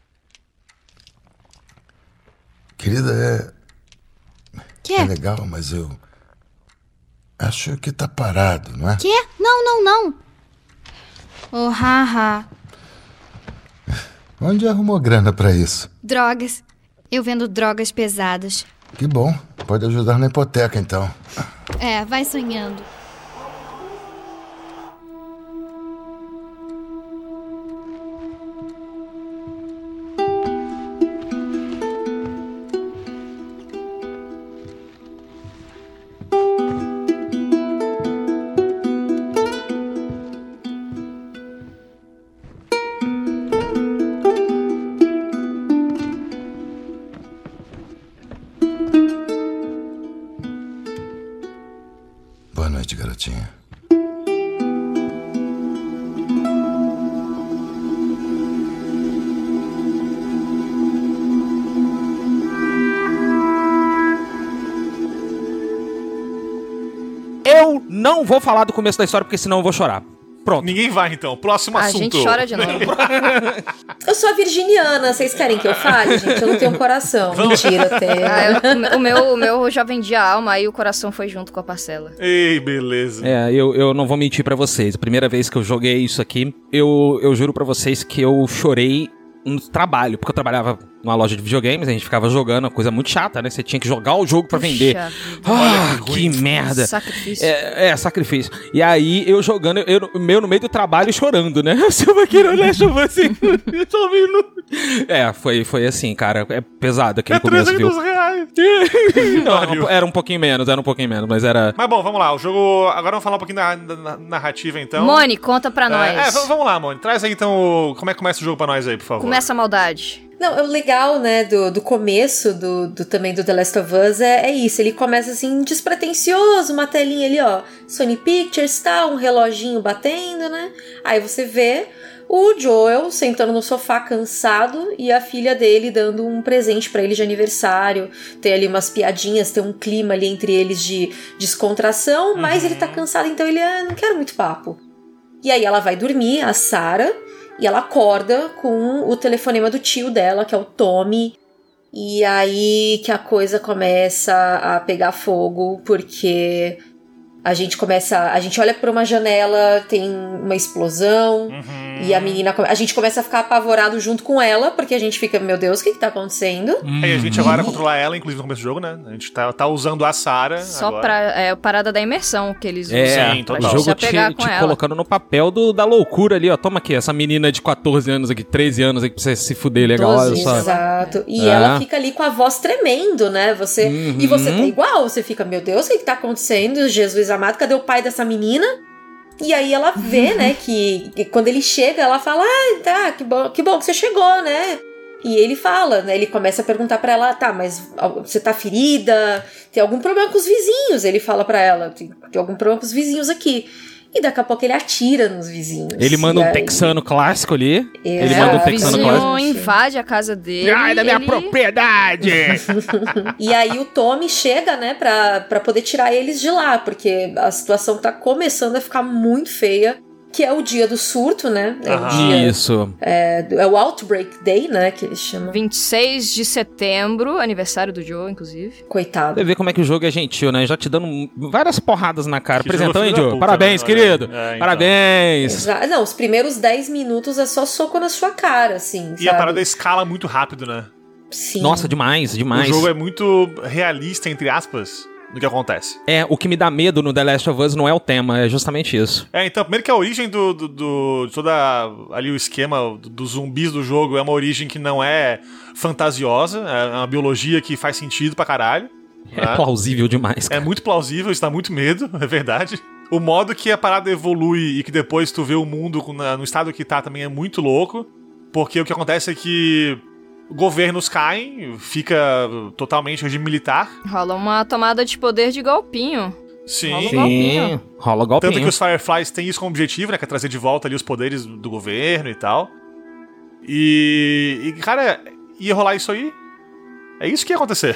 Querida, Quê? É legal, mas eu acho que tá parado, não é? Quê? Não. Oh, haha. Onde arrumou grana pra isso? Drogas. Eu vendo drogas pesadas. Que bom. Pode ajudar na hipoteca, então. Vai sonhando. Boa noite, garotinha. Eu não vou falar do começo da história, porque senão eu vou chorar. Pronto. Ninguém vai, então. Próximo assunto. A gente chora de novo. Eu sou a virginiana, vocês querem que eu fale, gente? Eu não tenho um coração. Mentira, eu tenho. O meu já vendia a alma, aí o coração foi junto com a parcela. Ei, beleza. Eu não vou mentir pra vocês. A primeira vez que eu joguei isso aqui, eu juro pra vocês que eu chorei no trabalho, porque eu trabalhava numa loja de videogames, a gente ficava jogando, uma coisa muito chata, né? Você tinha que jogar o jogo pra vender. Que merda. Sacrifício. Sacrifício. E aí, eu jogando, eu no meio do trabalho chorando, né? Você vai querer olhar assim, foi assim, cara. É pesado aquele começo, viu? R$300. Não, era um pouquinho menos, mas era... Mas bom, vamos lá, o jogo... Agora vamos falar um pouquinho da narrativa, então. Moni, conta pra nós. Vamos lá, Moni. Traz aí, então, como é que começa o jogo pra nós aí, por favor. Começa a maldade. Não, o legal, né, do começo também do The Last of Us é isso. Ele começa assim, despretensioso, uma telinha ali, ó, Sony Pictures, tá, um reloginho batendo, né? Aí você vê o Joel sentando no sofá cansado e a filha dele dando um presente pra ele de aniversário. Tem ali umas piadinhas, tem um clima ali entre eles de descontração, mas ele tá cansado, então ele não quero muito papo. E aí ela vai dormir, a Sarah, e ela acorda com o telefonema do tio dela, que é o Tommy. E aí que a coisa começa a pegar fogo, porque a gente olha por uma janela, tem uma explosão, e a menina, a gente começa a ficar apavorado junto com ela, porque a gente fica, meu Deus, o que tá acontecendo? E a gente agora controlar ela, inclusive no começo do jogo, né? A gente tá usando a Sarah só agora. pra parada da imersão que eles usam. Sim, total. O jogo te colocando no papel da loucura ali, ó. Toma aqui, essa menina de 14 anos aqui, 13 anos aqui, pra você se fuder legal, olha só. Exato. E ela fica ali com a voz tremendo, né? E você tá igual, você fica, meu Deus, o que tá acontecendo? Jesus amado, cadê o pai dessa menina? E aí ela vê, né, que quando ele chega, ela fala, tá, que bom que você chegou, né? E ele fala, né, ele começa a perguntar pra ela, tá, mas você tá ferida? Tem algum problema com os vizinhos? Ele fala pra ela, tem algum problema com os vizinhos aqui. E daqui a pouco ele atira nos vizinhos. Ele manda um texano clássico ali. Ele manda um texano clássico. O vizinho invade a casa dele. Ai, da minha propriedade! E aí o Tommy chega, né, pra poder tirar eles de lá, porque a situação tá começando a ficar muito feia. Que é o dia do surto, né? Isso. É o Outbreak Day, né? Que eles chamam. 26 de setembro, aniversário do Joe, inclusive. Coitado. Você vê como é que o jogo é gentil, né? Já te dando várias porradas na cara. Apresentando, hein, Joe? Puta, parabéns, né? querido. Então. Parabéns. Não, os primeiros 10 minutos é só soco na sua cara, assim, E a parada escala muito rápido, né? Sim. Nossa, demais. O jogo é muito realista, entre aspas, do que acontece. O que me dá medo no The Last of Us não é o tema, é justamente isso. Então, primeiro que a origem de toda ali o esquema dos zumbis do jogo é uma origem que não é fantasiosa, é uma biologia que faz sentido pra caralho. É plausível demais, cara. É muito plausível, isso dá muito medo, é verdade. O modo que a parada evolui e que depois tu vê o mundo no estado que tá também é muito louco, porque o que acontece é que governos caem, fica totalmente regime militar. Rola uma tomada de poder de golpinho. Sim. Rola golpinho. Tanto que os Fireflies têm isso como objetivo, né? Que é trazer de volta ali os poderes do governo e tal. E cara, ia rolar isso aí. É isso que ia acontecer.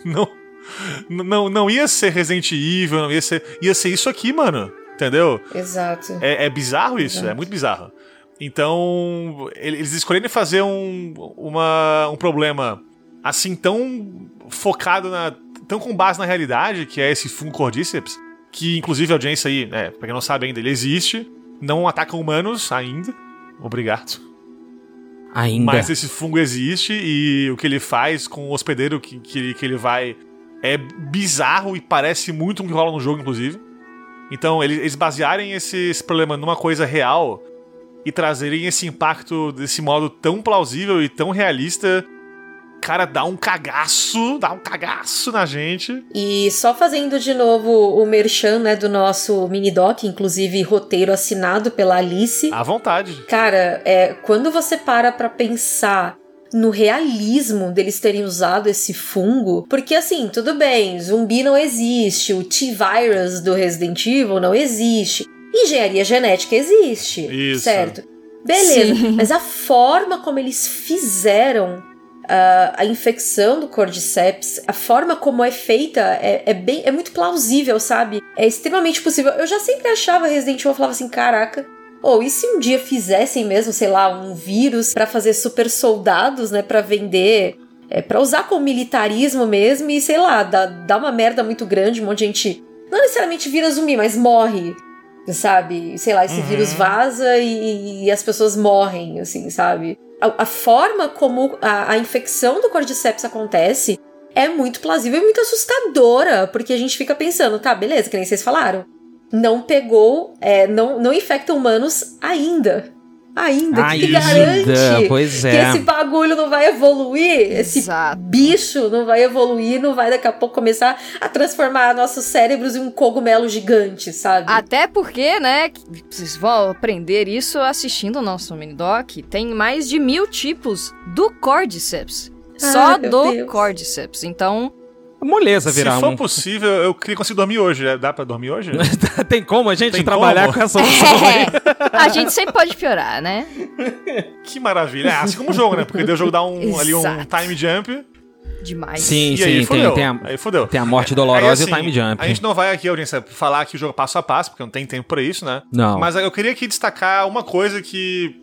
Não ia ser Resident Evil, não ia ser... Ia ser isso aqui, mano. Entendeu? Exato. É bizarro isso, é muito bizarro. Então, eles escolherem fazer um problema assim tão focado tão com base na realidade, que é esse fungo Cordyceps, que inclusive a audiência aí, pra quem não sabe ainda, ele existe, não ataca humanos ainda, obrigado. Ainda. Mas esse fungo existe e o que ele faz com o hospedeiro que ele vai é bizarro e parece muito o que rola no jogo, inclusive. Então, eles basearem esse problema numa coisa real e trazerem esse impacto desse modo tão plausível e tão realista, cara, dá um cagaço na gente. E só fazendo de novo o merchan, né, do nosso mini-doc, inclusive roteiro assinado pela Alice. À vontade. Cara, quando você para pra pensar no realismo deles terem usado esse fungo, porque assim, tudo bem, zumbi não existe, o T-Virus do Resident Evil não existe, engenharia genética existe, isso. Certo? Beleza, Sim. Mas a forma como eles fizeram a infecção do Cordyceps, a forma como é feita é muito plausível, sabe? É extremamente possível. Eu já sempre achava Resident Evil, eu falava assim, caraca, e se um dia fizessem mesmo, sei lá, um vírus pra fazer super soldados, né, pra vender, pra usar como militarismo mesmo e, sei lá, dá uma merda muito grande, um monte de gente, não necessariamente vira zumbi, mas morre, sabe? Sei lá, esse vírus vaza e as pessoas morrem, assim, sabe? A forma como a infecção do Cordyceps acontece é muito plausível e muito assustadora, porque a gente fica pensando, tá, beleza, que nem vocês falaram, não pegou, não infecta humanos ainda. Que garante pois que esse bagulho não vai evoluir, esse bicho não vai evoluir, não vai daqui a pouco começar a transformar nossos cérebros em um cogumelo gigante, sabe? Até porque, né, vocês vão aprender isso assistindo o nosso mini-doc, tem mais de 1000 tipos do Cordyceps. Só do Cordyceps, então... Moleza virar Se for possível, eu queria conseguir dormir hoje. Dá pra dormir hoje? Tem como a gente trabalhar com essa opção aí? A gente sempre pode piorar, né? Que maravilha. Assim como o jogo, né? Porque o jogo dá ali um time jump. Demais. Sim, aí fodeu. Tem a morte dolorosa aí, assim, e o time jump. A gente não vai aqui, audiência, falar que o jogo passo a passo, porque não tem tempo pra isso, né? Não. Mas eu queria aqui destacar uma coisa que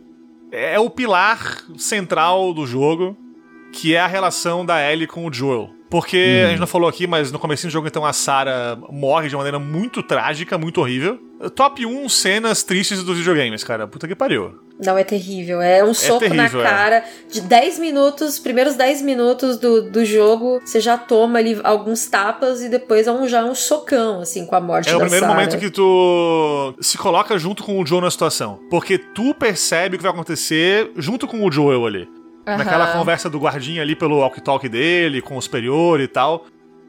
é o pilar central do jogo, que é a relação da Ellie com o Joel. Porque a gente não falou aqui, mas no comecinho do jogo, então, a Sarah morre de uma maneira muito trágica, muito horrível. Top 1 cenas tristes dos videogames, cara. Puta que pariu. Não, é terrível. É um soco terrível, na cara. De 10 minutos, primeiros 10 minutos do jogo, você já toma ali alguns tapas e depois já um socão, assim, com a morte da Sarah. É o primeiro momento que tu se coloca junto com o Joel na situação. Porque tu percebe o que vai acontecer junto com o Joel ali. Naquela conversa do guardinha ali pelo walkie-talkie dele, com o superior e tal.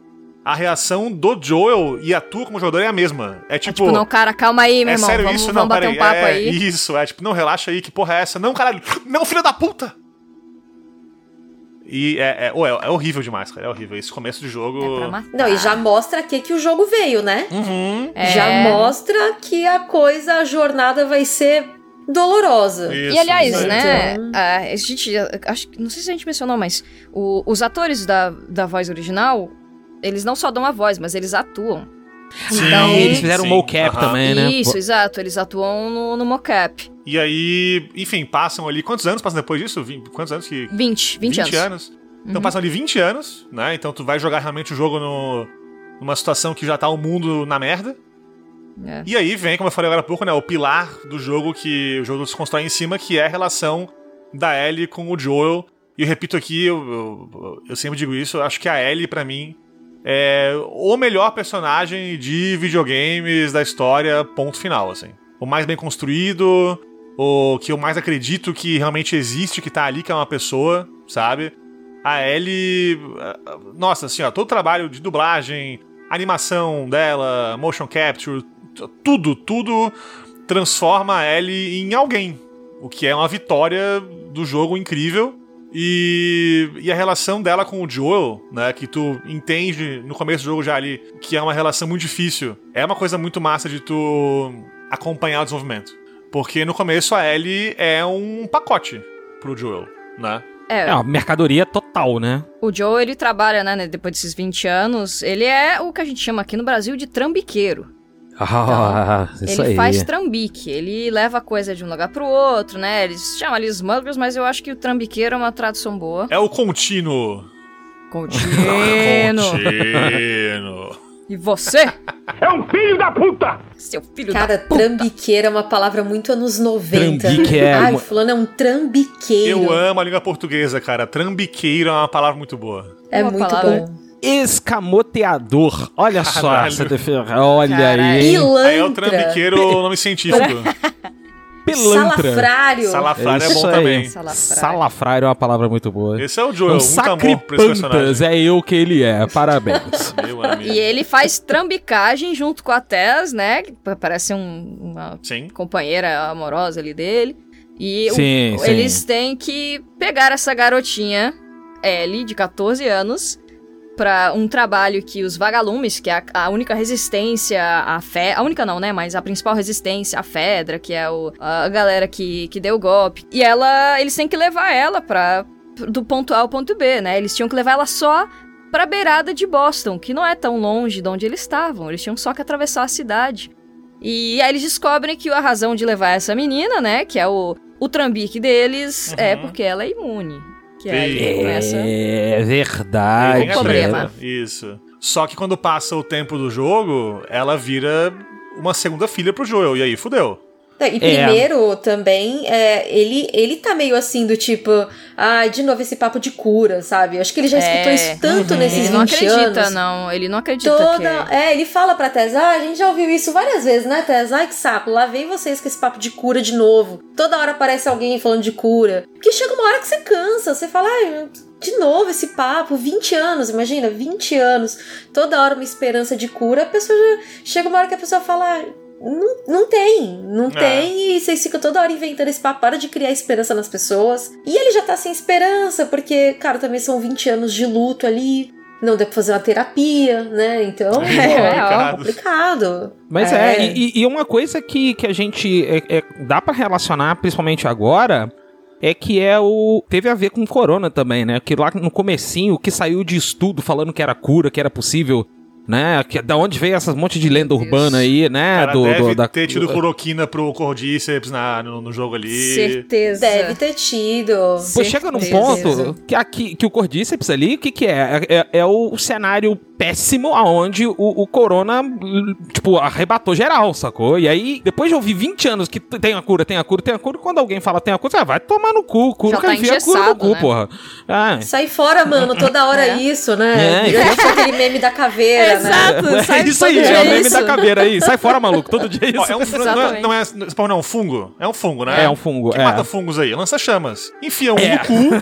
A reação do Joel e a tua como jogador é a mesma. É tipo... não, cara, calma aí, meu irmão. Sério vamos, isso? vamos bater um papo aí. Isso, tipo, não, relaxa aí, que porra é essa? Não, caralho, não, filho da puta! E é horrível demais, cara, é horrível. Esse começo de jogo... Não, e já mostra que o jogo veio, né? Já mostra que a jornada vai ser... dolorosa. Isso, e aliás, né, a gente, não sei se a gente mencionou, mas os atores da voz original, eles não só dão a voz, mas eles atuam. Sim, então, eles fizeram mocap também, né? Isso, exato, eles atuam no mocap. E aí, enfim, passam ali, quantos anos passam depois disso? Quantos anos que... 20 anos. Então passam ali 20 anos, né? Então tu vai jogar realmente o jogo numa situação que já tá o mundo na merda. E aí vem, como eu falei agora há pouco, né, o pilar do jogo que o jogo se constrói em cima, que é a relação da Ellie com o Joel. E eu repito aqui, eu sempre digo isso, eu acho que a Ellie, pra mim, é o melhor personagem de videogames da história, ponto final, assim. O mais bem construído, o que eu mais acredito que realmente existe, que tá ali, que é uma pessoa, sabe? A Ellie... Nossa, assim, ó, todo o trabalho de dublagem, animação dela, motion capture... Tudo transforma a Ellie em alguém, o que é uma vitória do jogo incrível. E a relação dela com o Joel, né, que tu entende no começo do jogo já ali, que é uma relação muito difícil, é uma coisa muito massa de tu acompanhar o desenvolvimento. Porque no começo a Ellie é um pacote pro Joel, né? É uma mercadoria total, né? O Joel, ele trabalha, né, depois desses 20 anos, ele é o que a gente chama aqui no Brasil de trambiqueiro. Isso ele aí. faz trambique, ele leva coisa de um lugar pro outro, né? Eles chamam ali smugglers, mas eu acho que o trambiqueiro é uma tradução boa. É o contínuo. Contínuo. E você? É um filho da puta! Seu filho da puta. Cara, trambiqueiro é uma palavra muito anos 90. Ai, fulano é um trambiqueiro. Eu amo a língua portuguesa, cara. Trambiqueiro é uma palavra muito boa. É muito bom. Escamoteador. Olha só essa defesa. Olha aí. Pilantra. Aí é o trambiqueiro, o nome científico. Pilantra. Salafrário. Salafrário é bom também. Salafrário é uma palavra muito boa. Esse é o Joel, muito amor pra esse personagem. É eu que ele é. Parabéns. Meu amigo. E ele faz trambicagem junto com a Tess, né? Que parece uma companheira amorosa ali dele. E eles têm que pegar essa garotinha, Ellie, de 14 anos, pra um trabalho que os vagalumes, que é a única resistência à fé... A única não, né? Mas a principal resistência à Fedra, que é a galera que deu o golpe. E eles têm que levar ela do ponto A ao ponto B, né? Eles tinham que levar ela só pra beirada de Boston, que não é tão longe de onde eles estavam. Eles tinham só que atravessar a cidade. E aí eles descobrem que a razão de levar essa menina, né, que é o trambique deles, é porque ela é imune. Que aí começa... É verdade. O problema. Isso. Só que quando passa o tempo do jogo, ela vira uma segunda filha pro Joel. E aí, fudeu. E primeiro, também, ele tá meio assim, do tipo... de novo esse papo de cura, sabe? Eu acho que ele já escutou isso tanto nesses 20 anos. Ele não acredita que... ele fala pra Tess, a gente já ouviu isso várias vezes, né, Tess? Ai, que saco, lá vem vocês com esse papo de cura de novo. Toda hora aparece alguém falando de cura. Porque chega uma hora que você cansa, você fala, de novo esse papo, 20 anos, imagina, 20 anos. Toda hora uma esperança de cura, a pessoa já... Chega uma hora que a pessoa fala... Não tem, e vocês ficam toda hora inventando esse papo, para de criar esperança nas pessoas. E ele já tá sem esperança, porque, cara, também são 20 anos de luto ali, não deu pra fazer uma terapia, né? Então, é complicado. Mas e uma coisa que a gente dá pra relacionar, principalmente agora, é que teve a ver com corona também, né? Que lá no comecinho, que saiu de estudo falando que era cura, que era possível... Né? Da onde veio essas monte de lenda urbana aí, né? Cara, deve ter tido cloroquina pro Cordyceps no jogo ali. Certeza. Deve ter tido. Pô, chega num ponto que o Cordyceps ali, o que é? É o cenário péssimo aonde o corona, tipo, arrebatou geral, sacou? E aí, depois de ouvir 20 anos que tem a cura, quando alguém fala tem a cura, vai tomar no cu, tá enfia a cura no cu, né? Porra. Sai fora, mano, toda hora isso, né? Aquele meme da caveira, exato, né? Sai isso aí, é o meme da caveira aí, sai fora, maluco, todo dia é isso. Não é um fungo? É um fungo, né? É um fungo, que mata fungos aí, lança chamas. Enfia no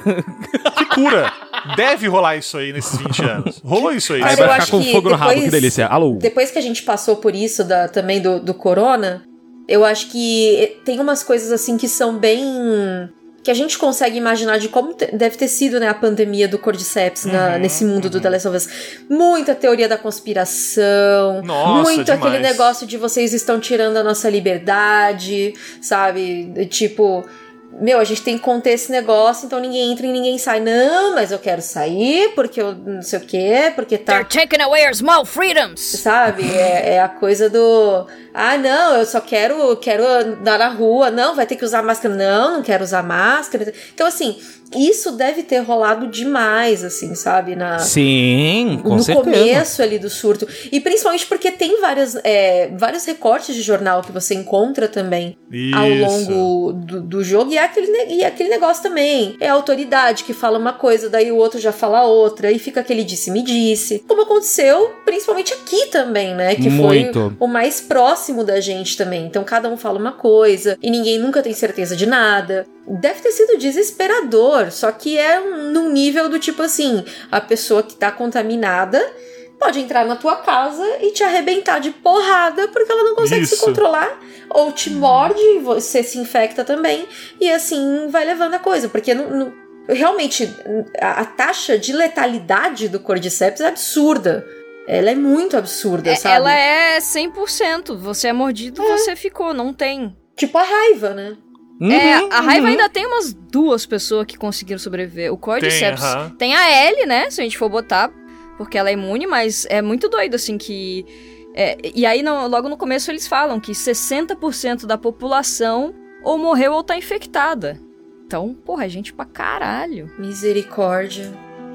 cu, que cura. Deve rolar isso aí nesses 20 anos. Rolou isso aí. Aí vai ficar com fogo no rabo, que delícia. Alô. Depois que a gente passou por isso também do corona, eu acho que tem umas coisas assim que são bem... que a gente consegue imaginar de como deve ter sido, né, a pandemia do Cordyceps nesse mundo do The Last of Us. Muita teoria da conspiração. Nossa, muito demais. aquele negócio de vocês estão tirando a nossa liberdade, sabe? Tipo... a gente tem que conter esse negócio, então ninguém entra e ninguém sai. Não, mas eu quero sair porque eu não sei o quê, porque tá... They're taking away our small freedoms! Sabe? É a coisa do... não, eu só quero andar na rua. Não, vai ter que usar máscara. Não quero usar máscara. Então, assim, isso deve ter rolado demais, assim, sabe? Sim, com certeza. No começo ali do surto. E principalmente porque tem vários recortes de jornal que você encontra também ao longo do jogo. E aquele negócio também. É a autoridade que fala uma coisa, daí o outro já fala outra. E fica aquele disse-me-disse. Como aconteceu, principalmente aqui também, né? Que foi o mais próximo da gente também. Então cada um fala uma coisa e ninguém nunca tem certeza de nada. Deve ter sido desesperador, só que é num nível do tipo assim, a pessoa que tá contaminada pode entrar na tua casa e te arrebentar de porrada porque ela não consegue se controlar, ou te morde e você se infecta também, e assim vai levando a coisa, porque realmente a taxa de letalidade do Cordyceps é absurda. Ela é muito absurda, sabe? Ela é 100%. Você é mordido, você ficou, não tem. Tipo a raiva, né? A raiva ainda tem umas 2 pessoas que conseguiram sobreviver. O Cordyceps tem a Ellie, né? Se a gente for botar, porque ela é imune, mas é muito doido, assim, que... e aí, logo no começo, eles falam que 60% da população ou morreu ou tá infectada. Então, porra, é gente pra caralho. Misericórdia.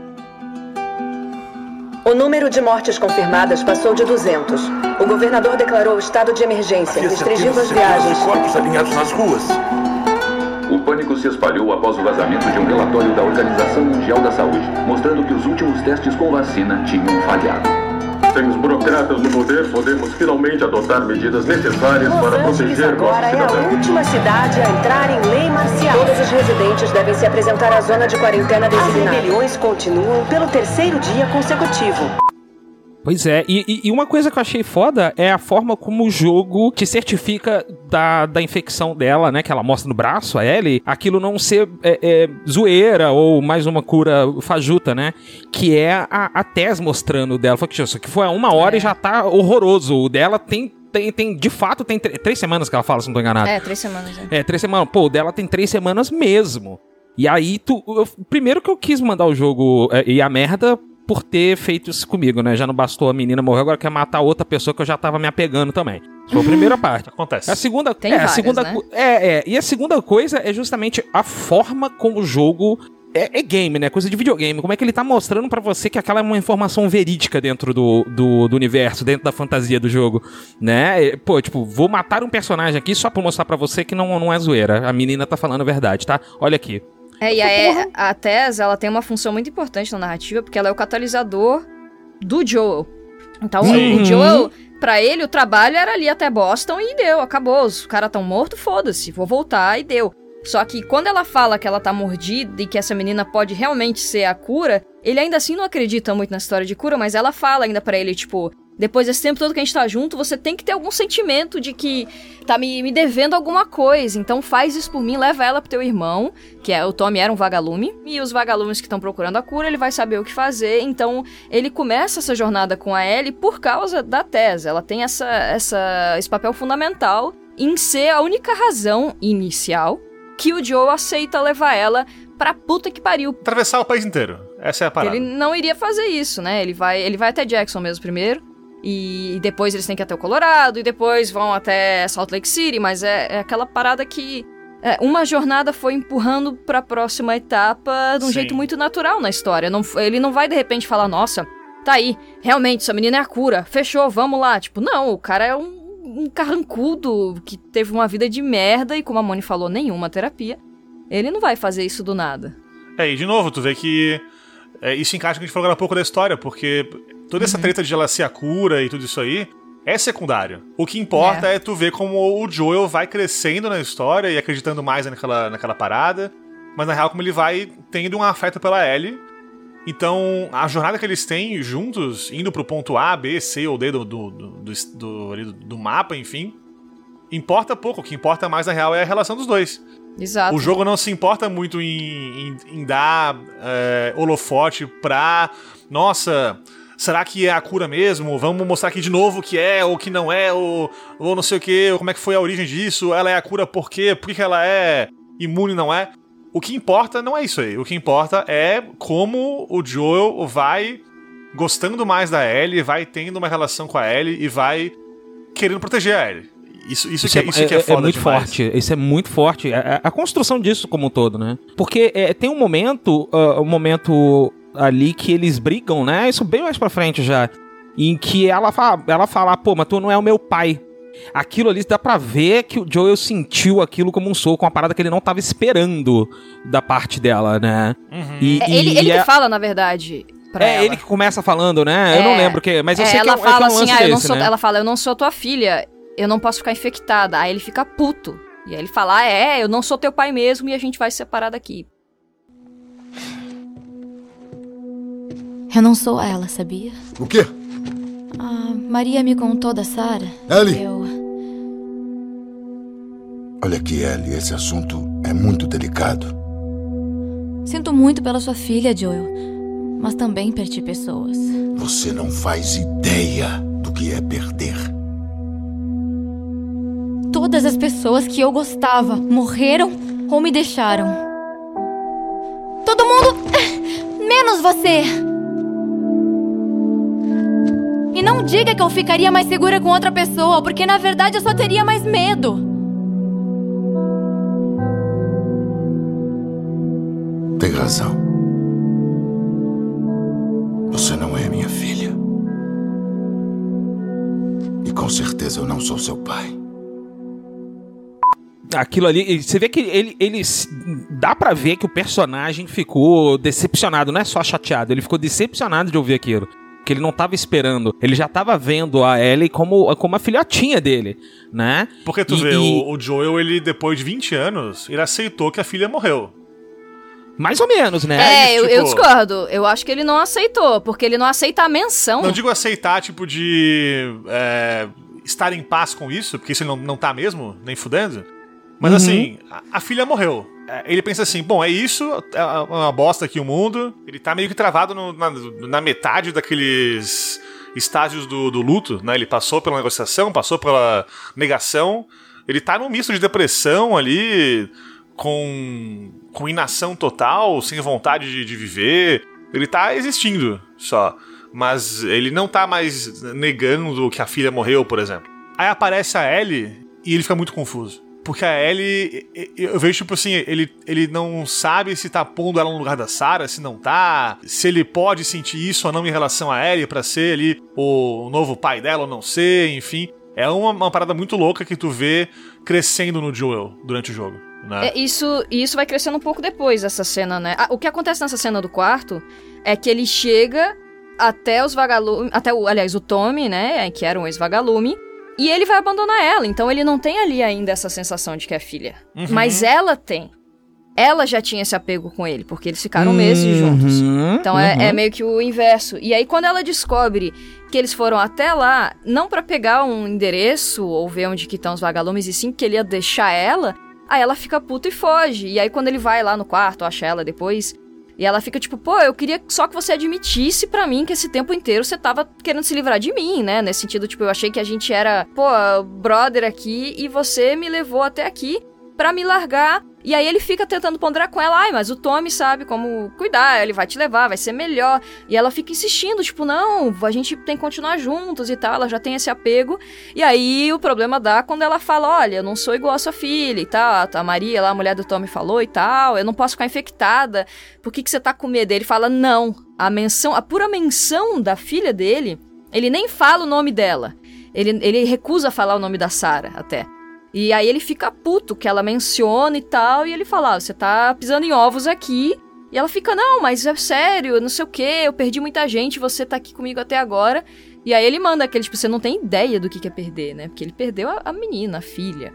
O número de mortes confirmadas passou de 200. O governador declarou estado de emergência, restringindo as viagens. Corpos alinhados nas ruas. O pânico se espalhou após o vazamento de um relatório da Organização Mundial da Saúde, mostrando que os últimos testes com vacina tinham falhado. Sem os burocratas no poder, podemos finalmente adotar medidas necessárias para proteger nossos cidadãos. É a última cidade a entrar em lei marcial. Todos os residentes devem se apresentar à zona de quarentena designada. As rebeliões continuam pelo 3º dia consecutivo. Pois é, e uma coisa que eu achei foda é a forma como o jogo te certifica da infecção dela, né, que ela mostra no braço, a Ellie, aquilo não ser zoeira ou mais uma cura fajuta, né, que é a Tess mostrando dela. Isso aqui foi há 1 hora e já tá horroroso. O dela tem de fato, tem 3 semanas que ela fala, se não tô enganado. 3 semanas. 3 semanas. Pô, o dela tem 3 semanas mesmo. E aí, primeiro que eu quis mandar o jogo e a merda por ter feito isso comigo, né? Já não bastou a menina morrer, agora quer matar outra pessoa que eu já tava me apegando também. Isso foi a primeira parte. Acontece. A segunda, Tem várias, a segunda, né? E a segunda coisa é justamente a forma como o jogo é game, né? Coisa de videogame. Como é que ele tá mostrando pra você que aquela é uma informação verídica dentro do universo, dentro da fantasia do jogo, né? Pô, tipo, vou matar um personagem aqui só pra mostrar pra você que não é zoeira. A menina tá falando a verdade, tá? Olha aqui. E a Tess, ela tem uma função muito importante na narrativa, porque ela é o catalisador do Joel. Então, o Joel, pra ele, o trabalho era ali até Boston e deu, acabou. Os caras tão mortos, foda-se, vou voltar e deu. Só que quando ela fala que ela tá mordida e que essa menina pode realmente ser a cura, ele ainda assim não acredita muito na história de cura, mas ela fala ainda pra ele, tipo, depois desse tempo todo que a gente tá junto, você tem que ter algum sentimento de que tá me devendo alguma coisa, então faz isso por mim, leva ela pro teu irmão, que o Tommy era um vagalume, e os vagalumes que estão procurando a cura, ele vai saber o que fazer, então ele começa essa jornada com a Ellie por causa da Tess, ela tem esse papel fundamental em ser a única razão inicial que o Joe aceita levar ela pra puta que pariu. Atravessar o país inteiro. Essa é a parada. Ele não iria fazer isso, né? Ele vai até Jackson mesmo primeiro. E depois eles têm que ir até o Colorado. E depois vão até Salt Lake City. Mas é aquela parada que... uma jornada foi empurrando pra próxima etapa de um jeito muito natural na história. Ele não vai de repente falar, nossa, tá aí, realmente, essa menina é a cura. Fechou, vamos lá. Tipo, não, o cara é um carrancudo que teve uma vida de merda e, como a Moni falou, nenhuma terapia. Ele não vai fazer isso do nada. E de novo, tu vê que isso encaixa com o que a gente falou agora há pouco da história, porque toda essa treta de ela ser a cura e tudo isso aí é secundário. O que importa é tu ver como o Joel vai crescendo na história e acreditando mais naquela parada, mas na real como ele vai tendo um afeto pela Ellie. Então, a jornada que eles têm juntos, indo pro ponto A, B, C ou D do mapa, enfim, importa pouco. O que importa mais, na real, é a relação dos dois. Exato. O jogo não se importa muito em dar holofote pra... Nossa, será que é a cura mesmo? Vamos mostrar aqui de novo o que é ou que não é, ou não sei o que, ou como é que foi a origem disso. Ela é a cura por quê? Por que ela é imune e não é? O que importa não é isso aí. O que importa é como o Joel vai gostando mais da Ellie, vai tendo uma relação com a Ellie e vai querendo proteger a Ellie. Isso que é foda muito demais. Forte. Isso é muito forte. A construção disso como um todo, né? Porque tem um momento ali que eles brigam, né? Isso bem mais pra frente já. Em que ela fala, pô, mas tu não é o meu pai. Aquilo ali dá pra ver que o Joel sentiu aquilo como um soco, uma parada que ele não tava esperando da parte dela, né? Uhum. Ele que fala, na verdade, pra ela. Ele que começa falando, né? Eu não lembro o que, mas eu sei que ela fala assim, né? Ela fala, eu não sou tua filha, eu não posso ficar infectada. Aí ele fica puto. E aí ele fala, eu não sou teu pai mesmo e a gente vai se separar daqui. Eu não sou ela, sabia? O quê? A Maria me contou da Sarah. Ellie! Olha aqui, Ellie, esse assunto é muito delicado. Sinto muito pela sua filha, Joel, mas também perdi pessoas. Você não faz ideia do que é perder. Todas as pessoas que eu gostava morreram ou me deixaram. Todo mundo, menos você. E não diga que eu ficaria mais segura com outra pessoa, porque na verdade eu só teria mais medo. Tem razão. Você não é minha filha. E com certeza eu não sou seu pai. Aquilo ali, você vê que ele dá pra ver que o personagem ficou decepcionado, não é só chateado, ele ficou decepcionado de ouvir aquilo. Que ele não tava esperando. Ele já tava vendo a Ellie como a filhotinha dele, né? Porque tu vê, o Joel, ele depois de 20 anos, ele aceitou que a filha morreu. Mais ou menos, né? Eu discordo. Eu acho que ele não aceitou, porque ele não aceita a menção. Não digo aceitar, tipo, de estar em paz com isso, porque isso ele não tá mesmo, nem fudendo. Mas assim, a filha morreu. Ele pensa assim, bom, é isso, é uma bosta aqui o mundo. Ele tá meio que travado na metade daqueles estágios do luto, né? Ele passou pela negociação, passou pela negação. Ele tá num misto de depressão ali, com inação total, sem vontade de viver. Ele tá existindo, só. Mas ele não tá mais negando que a filha morreu, por exemplo. Aí aparece a Ellie e ele fica muito confuso. Porque a Ellie, eu vejo tipo assim, ele não sabe se tá pondo ela no lugar da Sarah, se não tá, se ele pode sentir isso ou não em relação a Ellie pra ser ali o novo pai dela ou não ser, enfim. É uma parada muito louca que tu vê crescendo no Joel durante o jogo, né? Isso vai crescendo um pouco depois dessa cena, né? O que acontece nessa cena do quarto é que ele chega até os vagalumes, aliás, o Tommy, né, que era um ex-vagalume, e ele vai abandonar ela, então ele não tem ali ainda essa sensação de que é filha. Uhum. Mas ela tem. Ela já tinha esse apego com ele, porque eles ficaram meses juntos. Então é meio que o inverso. E aí quando ela descobre que eles foram até lá, não pra pegar um endereço ou ver onde que estão os vagalumes, e sim que ele ia deixar ela, aí ela fica puta e foge. E aí quando ele vai lá no quarto, acha ela depois, e ela fica tipo, pô, eu queria só que você admitisse pra mim que esse tempo inteiro você tava querendo se livrar de mim, né? Nesse sentido, tipo, eu achei que a gente era, pô, brother aqui, e você me levou até aqui pra me largar. E aí ele fica tentando ponderar com ela, mas o Tommy sabe como cuidar, ele vai te levar, vai ser melhor. E ela fica insistindo, tipo, não, a gente tem que continuar juntos e tal, ela já tem esse apego. E aí o problema dá quando ela fala, olha, eu não sou igual a sua filha e tal, a Maria lá, a mulher do Tommy falou e tal, eu não posso ficar infectada, por que você tá com medo? Ele fala, não, a pura menção da filha dele, ele nem fala o nome dela, ele recusa falar o nome da Sarah até. E aí ele fica puto que ela menciona e tal, e ele fala, você tá pisando em ovos aqui. E ela fica, não, mas é sério, não sei o quê, eu perdi muita gente, você tá aqui comigo até agora. E aí ele manda aquele, tipo, você não tem ideia do que é perder, né? Porque ele perdeu a menina, a filha.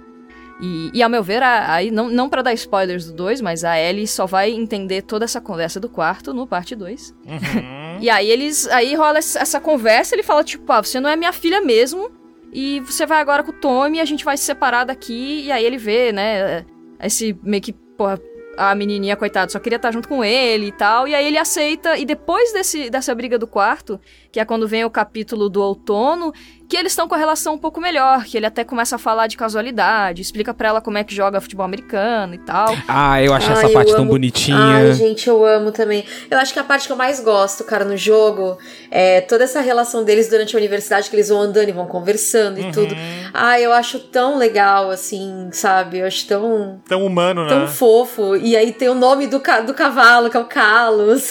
E ao meu ver, aí não pra dar spoilers do 2, mas a Ellie só vai entender toda essa conversa do quarto no parte 2. E aí rola essa conversa, ele fala, tipo, você não é minha filha mesmo. E você vai agora com o Tommy, a gente vai se separar daqui. E aí ele vê, né, esse meio que, porra, a menininha, coitada, só queria estar junto com ele e tal. E aí ele aceita, e depois dessa briga do quarto, que é quando vem o capítulo do outono, que eles estão com a relação um pouco melhor, que ele até começa a falar de casualidade, explica pra ela como é que joga futebol americano e tal. Eu acho essa parte tão bonitinha. Ai, gente, eu amo também. Eu acho que a parte que eu mais gosto, cara, no jogo, é toda essa relação deles durante a universidade, que eles vão andando e vão conversando e tudo. Eu acho tão legal, assim, sabe? Eu acho tão humano, né? Tão fofo. E aí tem o nome do cavalo, que é o Carlos.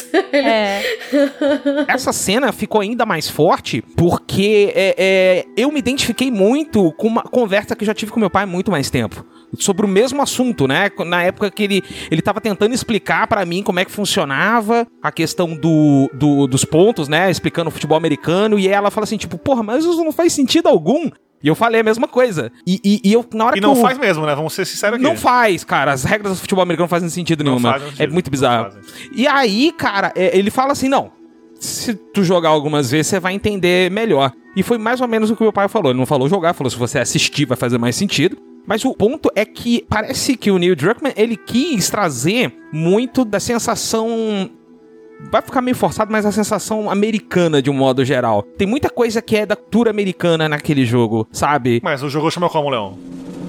Essa cena ficou ainda mais forte porque eu me identifiquei muito com uma conversa que eu já tive com meu pai há muito mais tempo. Sobre o mesmo assunto, né? Na época que ele tava tentando explicar pra mim como é que funcionava a questão dos pontos, né? Explicando o futebol americano. E aí ela fala assim, tipo, porra, mas isso não faz sentido algum. E eu falei a mesma coisa. E eu, na hora que não faz mesmo, né? Vamos ser sinceros aqui. Não faz, cara. As regras do futebol americano não fazem sentido nenhum. É muito bizarro. E aí, cara, ele fala assim, não, se tu jogar algumas vezes, você vai entender melhor. E foi mais ou menos o que o meu pai falou. Ele não falou jogar, falou se você assistir vai fazer mais sentido. Mas o ponto é que parece que o Neil Druckmann, ele quis trazer muito da sensação... Vai ficar meio forçado, mas a sensação americana de um modo geral. Tem muita coisa que é da cultura americana naquele jogo, sabe? Mas o jogo chama como, Leon?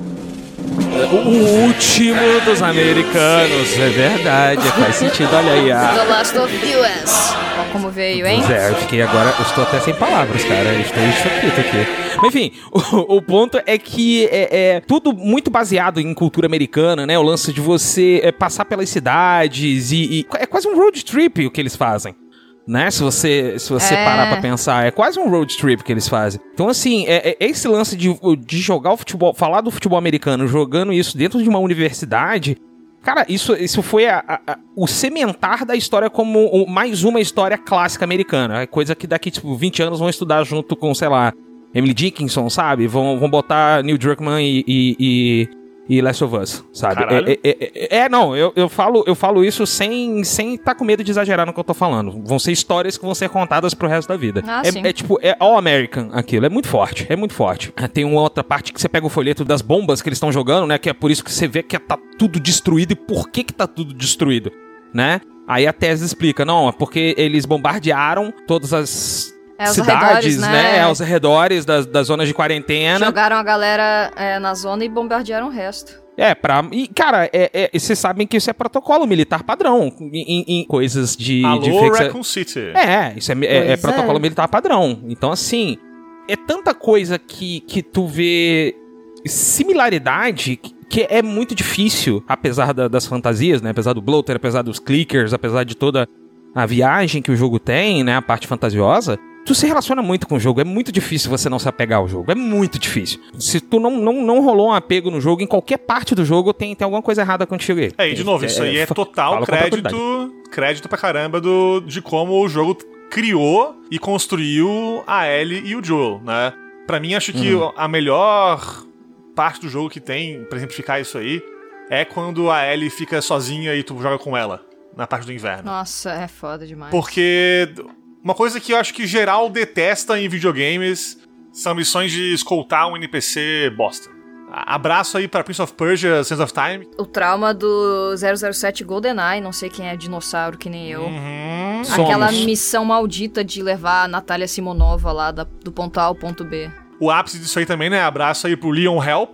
O último dos americanos, é verdade, faz sentido, olha aí. The Last of Us. Ó como veio, hein? Eu fiquei agora, eu estou até sem palavras, cara, eu estou enxoquito aqui. Mas enfim, o ponto é que é tudo muito baseado em cultura americana, né? O lance de você passar pelas cidades e é quase um road trip o que eles fazem. Né? Se você parar pra pensar, é quase um road trip que eles fazem. Então, assim, esse lance de jogar o futebol, falar do futebol americano, jogando isso dentro de uma universidade, cara, isso foi o cimentar da história como mais uma história clássica americana. É coisa que daqui, tipo, 20 anos vão estudar junto com, sei lá, Emily Dickinson, sabe? Vão botar Neil Druckmann e Last of Us, sabe? Não, eu falo isso sem tá com medo de exagerar no que eu tô falando. Vão ser histórias que vão ser contadas pro resto da vida. É All American aquilo, é muito forte. Tem uma outra parte que você pega o folheto das bombas que eles estão jogando, né? Que é por isso que você vê que tá tudo destruído e por que tá tudo destruído, né? Aí a tese explica, não, é porque eles bombardearam todas as... cidades, né? Aos arredores das zonas de quarentena. Jogaram a galera na zona e bombardearam o resto. E, cara, vocês sabem que isso é protocolo militar padrão em coisas de... Alô, Raccoon City. Isso é protocolo militar padrão. Então, assim, é tanta coisa que tu vê similaridade que é muito difícil, apesar das fantasias, né? Apesar do bloater, apesar dos clickers, apesar de toda a viagem que o jogo tem, né? A parte fantasiosa. Tu se relaciona muito com o jogo, é muito difícil você não se apegar ao jogo, é muito difícil. Se tu não rolou um apego no jogo, em qualquer parte do jogo tem alguma coisa errada contigo. E de novo, isso aí é total crédito pra caramba de como o jogo criou e construiu a Ellie e o Joel, né? Pra mim, acho que a melhor parte do jogo que tem, pra exemplificar isso aí, é quando a Ellie fica sozinha e tu joga com ela, na parte do inverno. Nossa, é foda demais. Porque... Uma coisa que eu acho que geral detesta em videogames são missões de escoltar um NPC bosta. Abraço aí pra Prince of Persia, Sands of Time. O trauma do 007 GoldenEye, não sei quem é dinossauro que nem eu. Aquela missão maldita de levar a Natália Simonova lá do ponto A ao ponto B. O ápice disso aí também, né? Abraço aí pro Leon Help.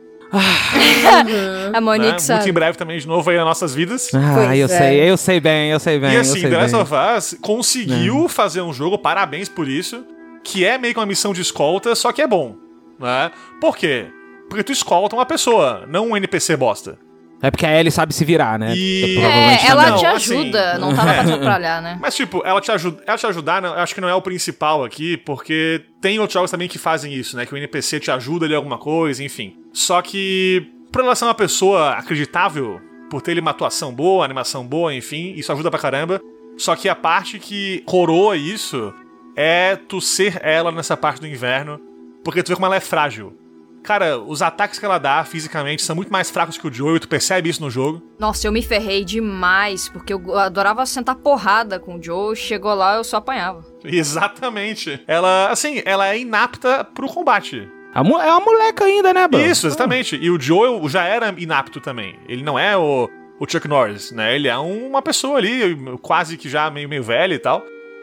A Monique sabe. Muito em breve também, de novo, aí nas nossas vidas. Eu sei bem. E assim, The Last of Us conseguiu fazer um jogo, parabéns por isso, que é meio que uma missão de escolta, só que é bom, né? Por quê? Porque tu escolta uma pessoa, não um NPC bosta. É porque a Ellie sabe se virar, né? Ela te ajuda, não tá lá pra atrapalhar, né? Mas, tipo, ela te ajudar, eu acho que não é o principal aqui, porque tem outros jogos também que fazem isso, né? Que o NPC te ajuda ali alguma coisa, enfim. Só que, por ela ser uma pessoa acreditável, por ter uma atuação boa, animação boa, enfim, isso ajuda pra caramba. Só que a parte que coroa isso é tu ser ela nessa parte do inverno, porque tu vê como ela é frágil. Cara, os ataques que ela dá fisicamente são muito mais fracos que o Joel, e tu percebe isso no jogo. Nossa, eu me ferrei demais, porque eu adorava sentar porrada com o Joel, chegou lá eu só apanhava. Exatamente. Ela, assim, ela é inapta pro combate. É uma moleca ainda, né, bro? Isso, exatamente. E o Joel já era inapto também. Ele não é o Chuck Norris, né? Ele é uma pessoa ali, quase que já meio velha e tal.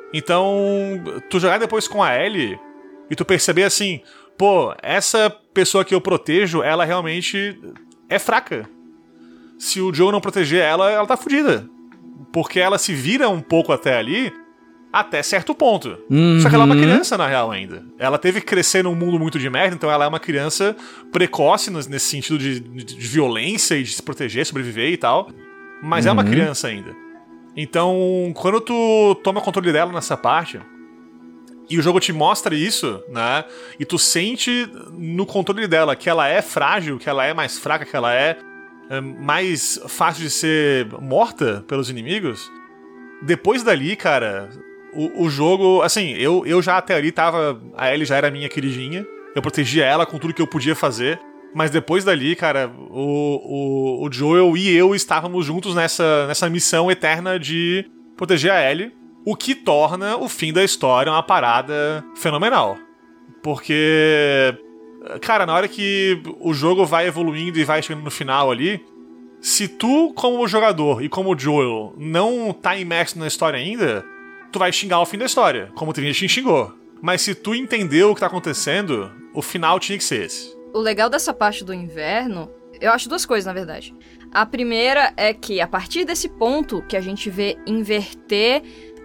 Então, tu jogar depois com a Ellie e tu perceber assim... Pô, essa pessoa que eu protejo, ela realmente é fraca. Se o Joe não proteger ela tá fodida. Porque ela se vira um pouco até ali, até certo ponto. Só que ela é uma criança, na real, ainda. Ela teve que crescer num mundo muito de merda, então ela é uma criança precoce nesse sentido de violência e de se proteger, sobreviver e tal. Mas é uma criança ainda. Então, quando tu toma controle dela nessa parte... E o jogo te mostra isso, né? E tu sente no controle dela que ela é frágil, que ela é mais fraca, que ela é mais fácil de ser morta pelos inimigos. Depois dali, cara, o jogo... Assim, eu já até ali tava... A Ellie já era minha queridinha. Eu protegia ela com tudo que eu podia fazer. Mas depois dali, cara, o Joel e eu estávamos juntos nessa missão eterna de proteger a Ellie. O que torna o fim da história uma parada fenomenal. Porque, cara, na hora que o jogo vai evoluindo e vai chegando no final ali, se tu, como jogador e como Joel, não tá imerso na história ainda, tu vai xingar o fim da história, como tem gente que xingou. Mas se tu entendeu o que tá acontecendo, o final tinha que ser esse. O legal dessa parte do inverno, eu acho duas coisas, na verdade. A primeira é que, a partir desse ponto que a gente vê inverter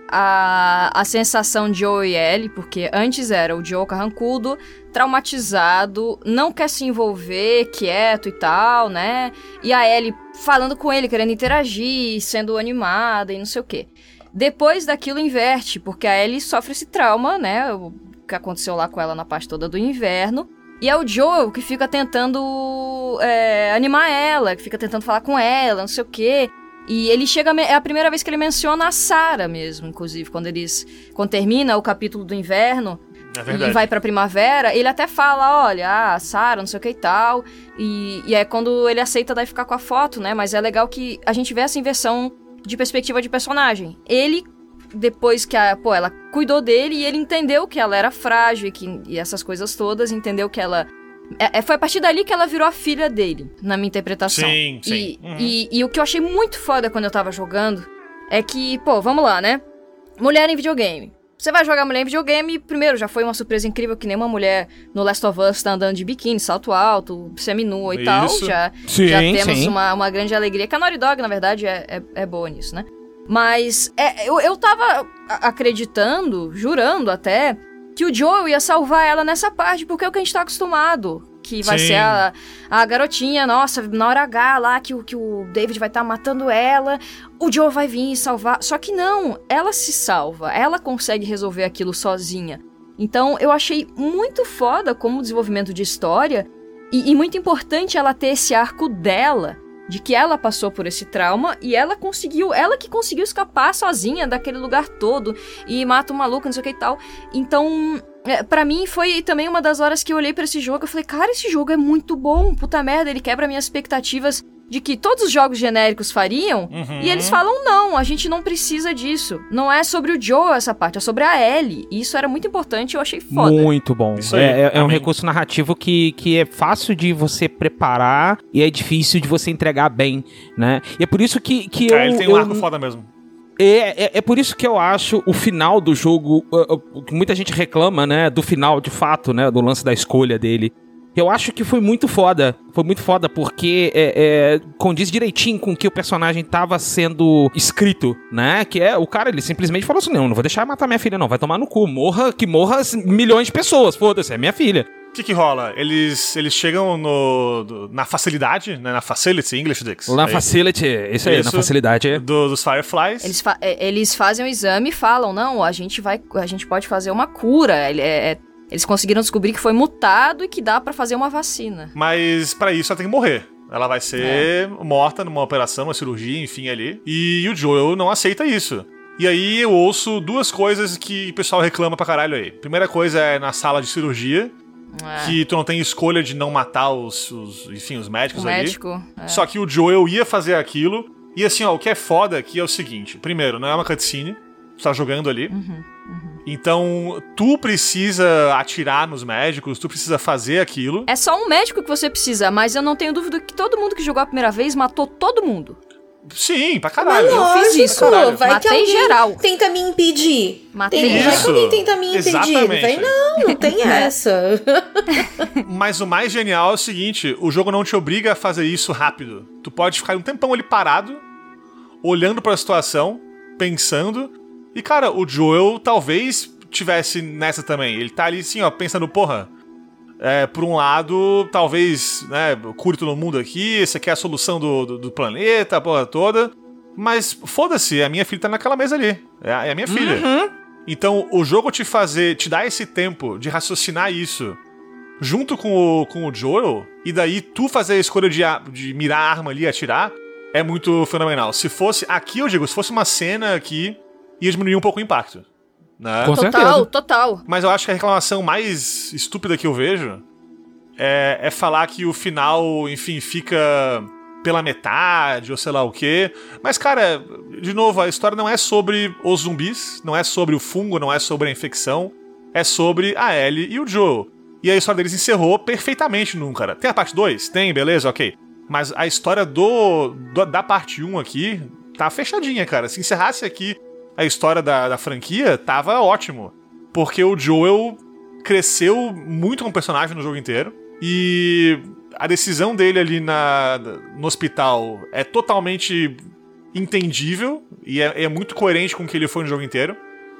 a sensação de Joel e Ellie, porque antes era o Joel carrancudo, traumatizado, não quer se envolver, quieto e tal, né? E a Ellie falando com ele, querendo interagir, sendo animada e não sei o quê. Depois daquilo inverte, porque a Ellie sofre esse trauma, né? O que aconteceu lá com ela na parte toda do inverno. E é o Joel que fica tentando animar ela, que fica tentando falar com ela, não sei o quê. E ele chega... É a primeira vez que ele menciona a Sarah mesmo, inclusive. Quando termina o capítulo do inverno e vai pra primavera, ele até fala, olha, a Sarah, não sei o que e tal. E é quando ele aceita daí ficar com a foto, né? Mas é legal que a gente vê essa inversão de perspectiva de personagem. Ele, depois que ela cuidou dele e ele entendeu que ela era frágil e essas coisas todas, entendeu que ela... Foi a partir dali que ela virou a filha dele, na minha interpretação. Sim. E o que eu achei muito foda quando eu tava jogando é que, vamos lá, né? Mulher em videogame. Você vai jogar mulher em videogame, primeiro, já foi uma surpresa incrível que nenhuma mulher no Last of Us tá andando de biquíni, salto alto, seminua e tal. Já temos uma grande alegria, que a Naughty Dog, na verdade, é boa nisso, né? Mas eu tava acreditando, jurando até, que o Joel ia salvar ela nessa parte, porque é o que a gente tá acostumado. Que vai ser a garotinha, nossa, na hora H lá, que o David vai estar matando ela, o Joel vai vir e salvar. Só que não, ela se salva, ela consegue resolver aquilo sozinha. Então eu achei muito foda como desenvolvimento de história, e muito importante ela ter esse arco dela, de que ela passou por esse trauma, e ela que conseguiu escapar sozinha daquele lugar todo, e mata o maluco, não sei o que e tal. Então... pra mim, foi também uma das horas que eu olhei pra esse jogo, eu falei, cara, esse jogo é muito bom, puta merda, ele quebra minhas expectativas de que todos os jogos genéricos fariam, e eles falam, não, a gente não precisa disso, não é sobre o Joe essa parte, é sobre a Ellie, e isso era muito importante, eu achei foda. Muito bom. É um recurso narrativo que é fácil de você preparar e é difícil de você entregar bem, né? E é por isso que ele tem um arco foda mesmo. É por isso que eu acho o final do jogo, que muita gente reclama, né, do final, de fato, né, do lance da escolha dele. Eu acho que foi muito foda. Foi muito foda porque condiz direitinho com o que o personagem tava sendo escrito, né? Que o cara, ele simplesmente falou assim, não vou deixar matar minha filha não, vai tomar no cu, que morra milhões de pessoas, foda-se, é minha filha. O que rola? Eles chegam na facilidade, né? Na facility, English Dicks. Na facility, isso aí, na facilidade. Dos Fireflies. Eles fazem o exame e falam, não, a gente pode fazer uma cura. Eles conseguiram descobrir que foi mutado e que dá pra fazer uma vacina. Mas pra isso ela tem que morrer. Ela vai ser morta numa operação, uma cirurgia, enfim, ali. E o Joel não aceita isso. E aí eu ouço duas coisas que o pessoal reclama pra caralho aí. Primeira coisa é na sala de cirurgia, que tu não tem escolha de não matar os médicos ali. Só que o Joel ia fazer aquilo. E assim, o que é foda aqui é o seguinte. Primeiro, não é uma cutscene. Tu tá jogando ali. Então, tu precisa atirar nos médicos, tu precisa fazer aquilo. É só um médico que você precisa, mas eu não tenho dúvida que todo mundo que jogou a primeira vez matou todo mundo. Sim, pra caralho. Eu fiz isso. Vai Matei que alguém geral. Tenta me impedir. Matei Vai que alguém tenta me impedir. Exatamente. Não tem essa. Mas o mais genial é o seguinte, o jogo não te obriga a fazer isso rápido. Tu pode ficar um tempão ali parado, olhando pra situação, pensando. E, cara, o Joel talvez tivesse nessa também. Ele tá ali, assim, pensando, porra... por um lado, talvez, né, cure todo mundo aqui, essa aqui é a solução do planeta, a porra toda. Mas foda-se, a minha filha tá naquela mesa ali. É a minha filha. Então, o jogo te dá esse tempo de raciocinar isso junto com o Joel, e daí tu fazer a escolha de mirar a arma ali e atirar, é muito fenomenal. Se fosse, aqui eu digo, se fosse uma cena aqui, ia diminuir um pouco o impacto. Né? Com certeza. Total. Mas eu acho que a reclamação mais estúpida que eu vejo é falar que o final, enfim, fica pela metade, ou sei lá o quê. Mas, cara, de novo, a história não é sobre os zumbis, não é sobre o fungo, não é sobre a infecção, é sobre a Ellie e o Joel. E a história deles encerrou perfeitamente num, cara. Tem a parte 2? Tem, beleza, ok. Mas a história da parte 1 aqui tá fechadinha, cara. Se encerrasse aqui a história da franquia, tava ótimo. Porque o Joel cresceu muito como personagem no jogo inteiro. E a decisão dele ali no hospital é totalmente entendível. E é muito coerente com o que ele foi no jogo inteiro.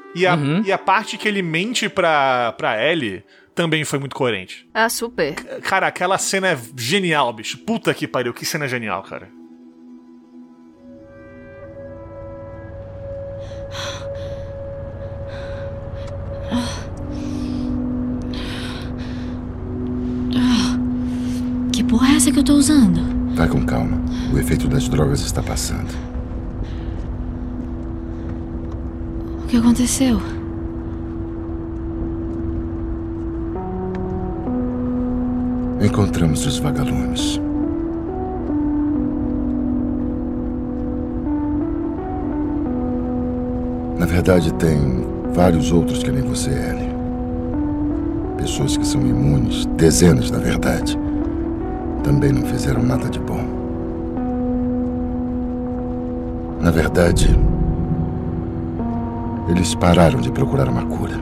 E a parte que ele mente pra Ellie também foi muito coerente. Ah, super. Cara, aquela cena é genial, bicho. Puta que pariu, que cena genial, cara. Que porra é essa que eu tô usando? Vai com calma. O efeito das drogas está passando. O que aconteceu? Encontramos os vagalumes. Na verdade, tem vários outros que nem você, Ellie. Pessoas que são imunes, dezenas, na verdade. Também não fizeram nada de bom. Na verdade, Eles pararam de procurar uma cura.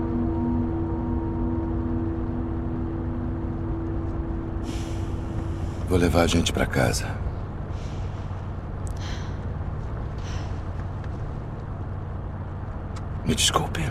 Vou levar a gente pra casa. Me desculpe.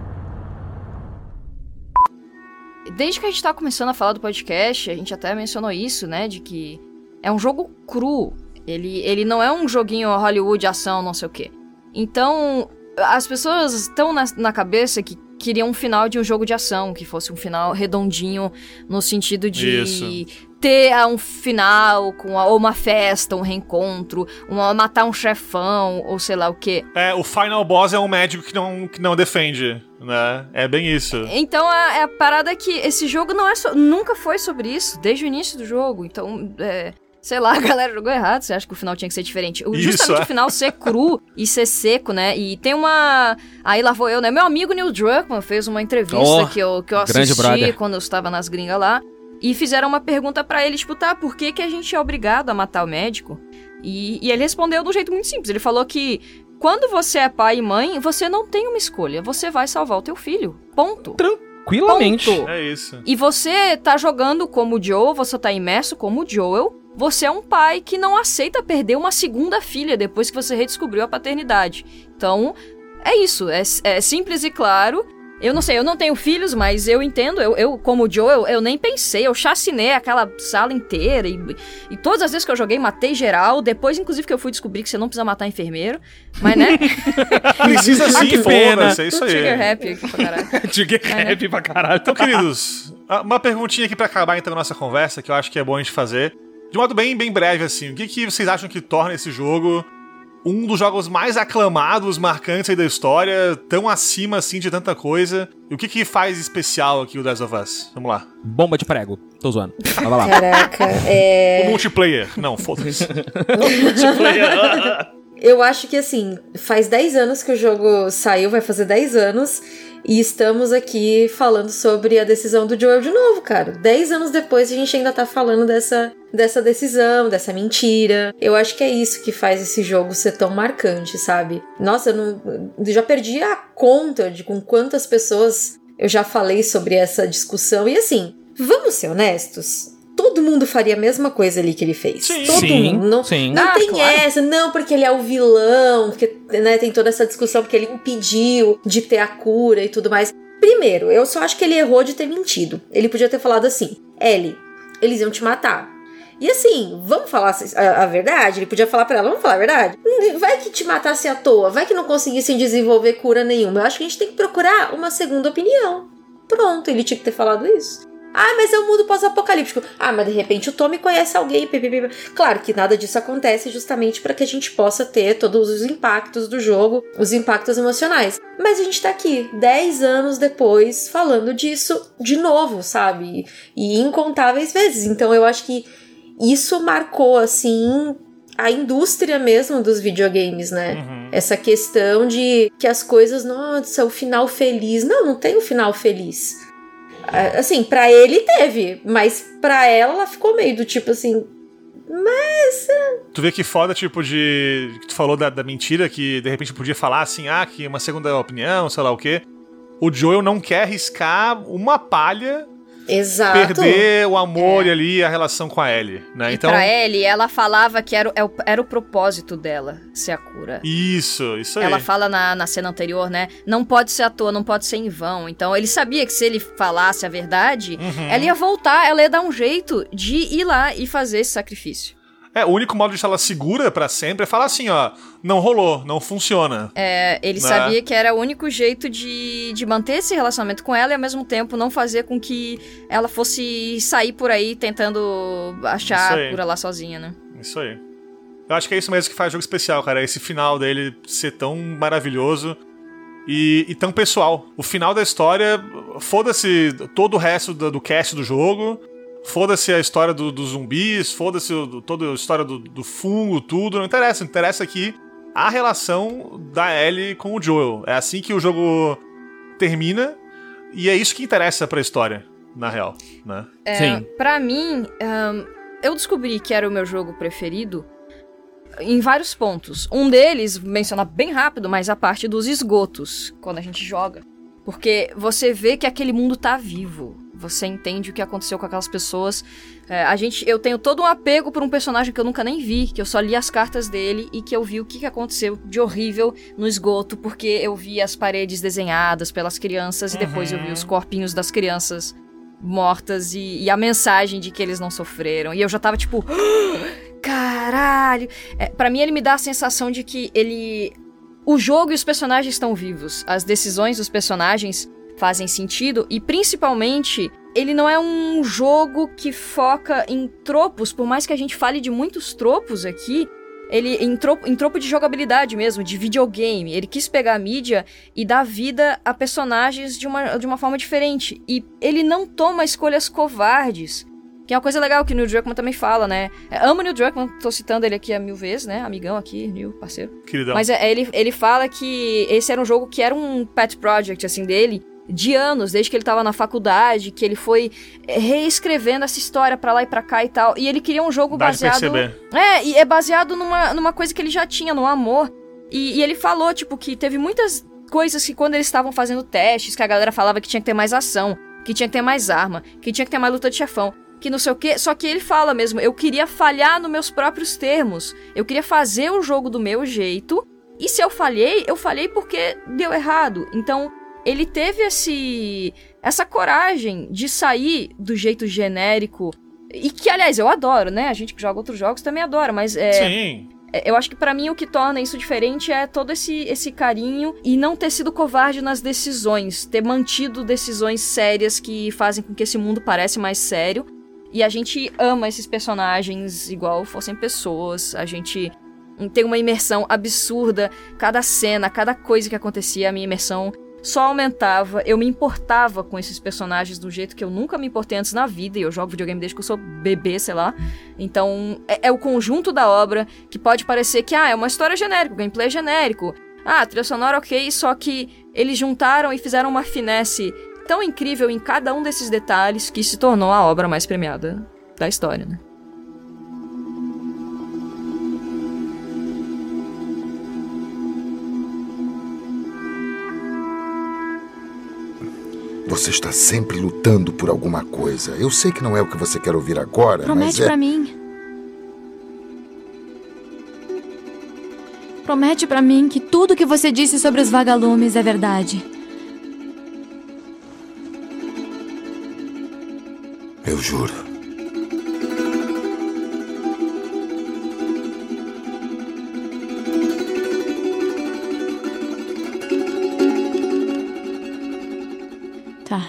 Desde que a gente tá começando a falar do podcast, a gente até mencionou isso, né? De que é um jogo cru. Ele não é um joguinho Hollywood, ação, não sei o quê. Então, as pessoas estão na cabeça que queriam um final de um jogo de ação, que fosse um final redondinho, no sentido de ter um final com ou uma festa, um reencontro, matar um chefão, ou sei lá o quê. O final boss é um médico que não defende, né? É bem isso. Então, a parada é que esse jogo nunca foi sobre isso, desde o início do jogo. Então, sei lá, a galera jogou errado. Você acha que o final tinha que ser diferente? Justamente o final ser cru e ser seco, né? E tem uma... Aí lá vou eu, né? Meu amigo Neil Druckmann fez uma entrevista que eu assisti quando eu estava nas gringas lá. E fizeram uma pergunta pra ele, tipo, tá, por que a gente é obrigado a matar o médico? E ele respondeu de um jeito muito simples. Ele falou que quando você é pai e mãe, você não tem uma escolha. Você vai salvar o teu filho. Ponto. Tranquilamente. Ponto. É isso. E você tá jogando como o Joel, você tá imerso como o Joel. Você é um pai que não aceita perder uma segunda filha depois que você redescobriu a paternidade. Então, é isso. É simples e claro. Eu não sei, eu não tenho filhos, mas eu entendo. Eu como o Joel, eu nem pensei. Eu chacinei aquela sala inteira. E todas as vezes que eu joguei, matei geral. Depois, inclusive, que eu fui descobrir que você não precisa matar enfermeiro. Mas, né? Precisa sim, que pena. É isso aí. Trigger happy aqui pra caralho. Trigger happy pra caralho. Então, queridos, uma perguntinha aqui pra acabar, então, a nossa conversa, que eu acho que é bom a gente fazer. De modo bem breve, assim, o que vocês acham que torna esse jogo um dos jogos mais aclamados, marcantes aí da história, tão acima, assim, de tanta coisa? E o que faz especial aqui o The Last of Us? Vamos lá. Bomba de prego. Tô zoando. Vai lá. Caraca, O multiplayer. Não, foda-se. Eu acho que, assim, faz 10 anos que o jogo saiu, vai fazer 10 anos, e estamos aqui falando sobre a decisão do Joel de novo, cara. 10 anos depois a gente ainda tá falando dessa decisão, dessa mentira. Eu acho que é isso que faz esse jogo ser tão marcante, sabe? Nossa, eu já perdi a conta de com quantas pessoas eu já falei sobre essa discussão. E assim, vamos ser honestos? Todo mundo faria a mesma coisa ali que ele fez. Todo mundo. Não tem claro. essa, não, porque ele é o vilão, porque, né, tem toda essa discussão porque ele impediu de ter a cura e tudo mais. Primeiro, eu só acho que ele errou de ter mentido. Ele podia ter falado assim, Ellie, eles iam te matar. E assim, vamos falar a verdade? Ele podia falar pra ela, vamos falar a verdade? Vai que te matasse à toa, vai que não conseguissem desenvolver cura nenhuma. Eu acho que a gente tem que procurar uma segunda opinião. Pronto, ele tinha que ter falado isso. Ah, mas é um mundo pós-apocalíptico. Ah, mas de repente o Tommy conhece alguém. Claro que nada disso acontece justamente para que a gente possa ter todos os impactos do jogo, os impactos emocionais. Mas a gente tá aqui, 10 anos depois, falando disso de novo, sabe? E incontáveis vezes. Então eu acho que isso marcou, assim, a indústria mesmo dos videogames, né? Uhum. Essa questão de que as coisas, nossa, o final feliz. Não tem um final feliz. Assim, pra ele teve, mas pra ela ficou meio do tipo assim, mas... Tu vê que foda, tipo, de... Tu falou da mentira, que de repente podia falar assim, que uma segunda opinião, sei lá o quê. O Joel não quer arriscar uma palha... Exato. Perder o amor e ali a relação com a Ellie, né? E então, pra Ellie, ela falava que era o propósito dela ser a cura. Isso aí. Ela fala na cena anterior, né? Não pode ser à toa, não pode ser em vão. Então ele sabia que se ele falasse a verdade, ela ia voltar, ela ia dar um jeito de ir lá e fazer esse sacrifício. O único modo de deixar ela segura pra sempre é falar assim, ó, não rolou, não funciona. Ele sabia que era o único jeito de manter esse relacionamento com ela e ao mesmo tempo não fazer com que ela fosse sair por aí tentando achar a cura lá sozinha, né? Isso aí. Eu acho que é isso mesmo que faz o jogo especial, cara, esse final dele ser tão maravilhoso e tão pessoal. O final da história, foda-se todo o resto do cast do jogo... Foda-se a história dos zumbis, foda-se toda a história do fungo, tudo, não interessa. Interessa aqui a relação da Ellie com o Joel. É assim que o jogo termina e é isso que interessa pra história, na real, né? Sim. Pra mim, eu descobri que era o meu jogo preferido em vários pontos. Um deles, mencionar bem rápido, mas a parte dos esgotos, quando a gente joga. Porque você vê que aquele mundo tá vivo. Você entende o que aconteceu com aquelas pessoas. Eu tenho todo um apego por um personagem que eu nunca nem vi, que eu só li as cartas dele e que eu vi o que aconteceu de horrível no esgoto, porque eu vi as paredes desenhadas pelas crianças e depois eu vi os corpinhos das crianças mortas e a mensagem de que eles não sofreram. E eu já tava tipo... Caralho! Pra mim ele me dá a sensação de que o jogo e os personagens estão vivos. As decisões dos personagens fazem sentido e, principalmente, ele não é um jogo que foca em tropos, por mais que a gente fale de muitos tropos aqui, ele em tropo de jogabilidade mesmo, de videogame. Ele quis pegar a mídia e dar vida a personagens de uma forma diferente. E ele não toma escolhas covardes, que é uma coisa legal que o Neil Druckmann também fala, né? Amo o Neil Druckmann, tô citando ele aqui 1000 vezes, né? Amigão aqui, Neil, parceiro. Queridão. Mas ele fala que esse era um jogo que era um pet project, assim, dele, de anos, desde que ele tava na faculdade, que ele foi reescrevendo essa história pra lá e pra cá e tal. E ele queria um jogo baseado... e é baseado numa coisa que ele já tinha, no amor. E ele falou, tipo, que teve muitas coisas que quando eles estavam fazendo testes, que a galera falava que tinha que ter mais ação, que tinha que ter mais arma, que tinha que ter mais luta de chefão, que não sei o quê. Só que ele fala mesmo, eu queria falhar nos meus próprios termos. Eu queria fazer o jogo do meu jeito. E se eu falhei porque deu errado. Então... ele teve essa coragem de sair do jeito genérico, e que, aliás, eu adoro, né? A gente que joga outros jogos também adora, mas Sim. Eu acho que pra mim o que torna isso diferente é todo esse carinho e não ter sido covarde nas decisões, ter mantido decisões sérias que fazem com que esse mundo pareça mais sério. E a gente ama esses personagens igual fossem pessoas, a gente tem uma imersão absurda, cada cena, cada coisa que acontecia, a minha imersão só aumentava, eu me importava com esses personagens do jeito que eu nunca me importei antes na vida, e eu jogo videogame desde que eu sou bebê, sei lá. Então, é o conjunto da obra que pode parecer que, é uma história genérica, o gameplay é genérico. Trilha sonora ok, só que eles juntaram e fizeram uma finesse tão incrível em cada um desses detalhes que se tornou a obra mais premiada da história, né? Você está sempre lutando por alguma coisa. Eu sei que não é o que você quer ouvir agora, Promete mas pra mim. Promete pra mim que tudo que você disse sobre os vagalumes é verdade. Eu juro. Tá.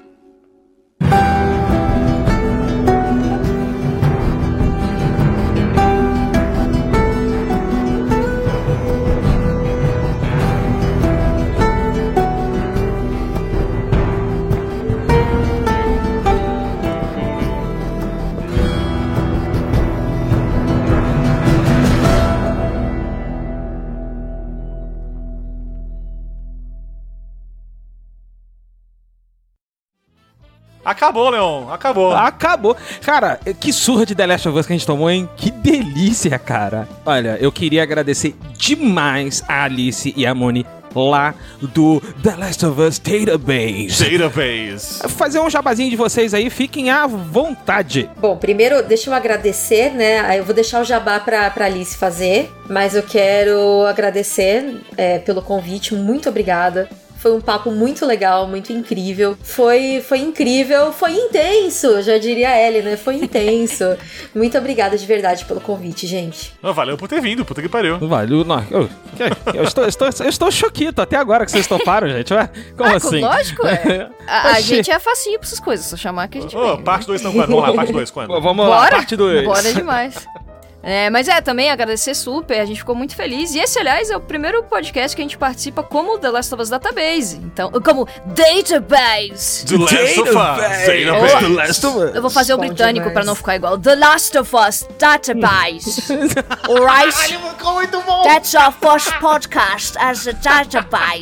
Acabou, Leon. Acabou. Acabou. Cara, que surra de The Last of Us que a gente tomou, hein? Que delícia, cara. Olha, eu queria agradecer demais a Alice e a Moni lá do The Last of Us Database. Fazer um jabazinho de vocês aí, fiquem à vontade. Bom, primeiro, deixa eu agradecer, né? Aí eu vou deixar o jabá pra Alice fazer, mas eu quero agradecer pelo convite, muito obrigada. Foi um papo muito legal, muito incrível. Foi incrível, foi intenso, já diria a Ellie, né? Foi intenso. Muito obrigada de verdade pelo convite, gente. Valeu por ter vindo, puta que pariu. Valeu, não. Eu estou choquito até agora que vocês toparam, gente. Ué, como assim? Lógico, a gente é facinho pra essas coisas, só chamar que a gente vem. Parte 2 não, quando? Vamos lá, parte 2, quando? Vamos lá, parte 2. Bora demais. Mas também agradecer super, a gente ficou muito feliz. E esse, aliás, é o primeiro podcast que a gente participa como The Last of Us Database. Então, como Database. The Last of Us. Eu vou fazer o britânico pra não ficar igual. The Last of Us Database. Alright? Ficou muito bom. That's our first podcast as a database.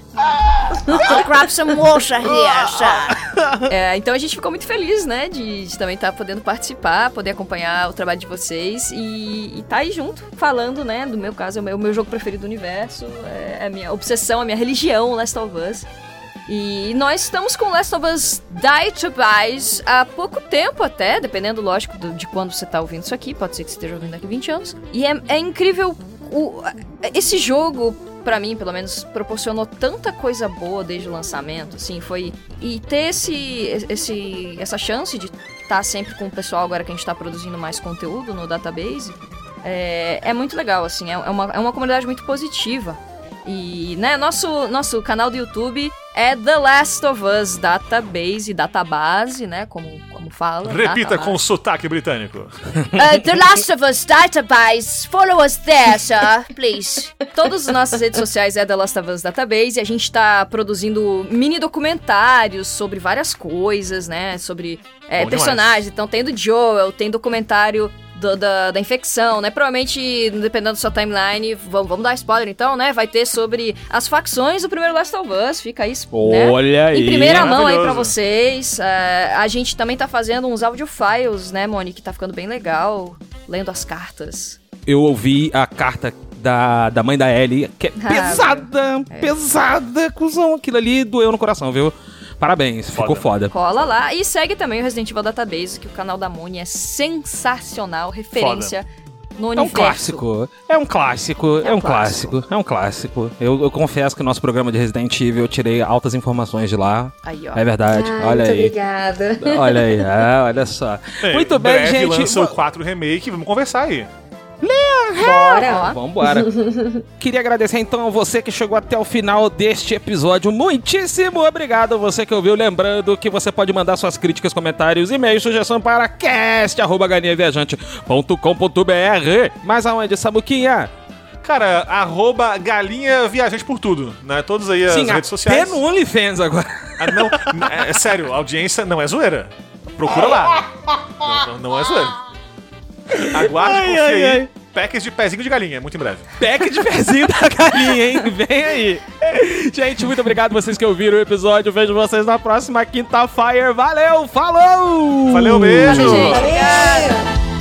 I'll grab some water here, sir. Então a gente ficou muito feliz, né, de também estar podendo participar, poder acompanhar o trabalho de vocês e tá aí junto, falando, né, do meu caso, é o meu jogo preferido do universo, é a minha obsessão, a minha religião, Last of Us. E nós estamos com Last of Us Die to Buys há pouco tempo até, dependendo, lógico, de quando você tá ouvindo isso aqui, pode ser que você esteja ouvindo daqui a 20 anos. E é incrível, esse jogo, pra mim, pelo menos, proporcionou tanta coisa boa desde o lançamento, assim, foi... E ter essa chance de estar sempre com o pessoal agora que a gente tá produzindo mais conteúdo no database, é muito legal, assim, é uma comunidade muito positiva. E, né, nosso canal do YouTube é The Last of Us Database, né, como fala. Repita com sotaque britânico. The Last of Us Database, follow us there, sir, please. Todas as nossas redes sociais é The Last of Us Database, e a gente tá produzindo mini documentários sobre várias coisas, né, sobre personagens. Então tem do Joel, tem documentário da infecção, né? Provavelmente, dependendo da sua timeline, vamos dar spoiler então, né? Vai ter sobre as facções do primeiro Last of Us, fica aí, olha aí, em primeira mão aí pra vocês. A gente também tá fazendo uns audiofiles, né, Moni? Que tá ficando bem legal, lendo as cartas. Eu ouvi a carta da mãe da Ellie, que é pesada, cuzão, aquilo ali doeu no coração, viu? Parabéns, ficou foda. Cola lá e segue também o Resident Evil Database, que o canal da Moni é sensacional, referência no universo. É um clássico. Eu confesso que o nosso programa de Resident Evil eu tirei altas informações de lá. Aí, ó. É verdade, olha muito aí. Obrigada. Olha aí, olha só. Muito bem, breve gente. Lança o 4 Remake, vamos conversar aí. Bora! Vambora. Queria agradecer então a você que chegou até o final deste episódio. Muitíssimo obrigado a você que ouviu. Lembrando que você pode mandar suas críticas, comentários, e-mails, sugestão para cast@galinhaviajante.com.br. Mas aonde, Samuquinha? Cara, @galinha viajante por tudo, né? Todas aí as redes sociais. Até no OnlyFans agora. Não, é sério, a audiência não é zoeira. Procura lá. Não é zoeira. Aguarde e confia aí. Packs de pezinho de galinha, muito em breve. Pack de pezinho da galinha, hein? Vem aí. Gente, muito obrigado vocês que ouviram o episódio. Vejo vocês na próxima quinta-feira. Valeu, falou! Valeu, beijo! Valeu, gente.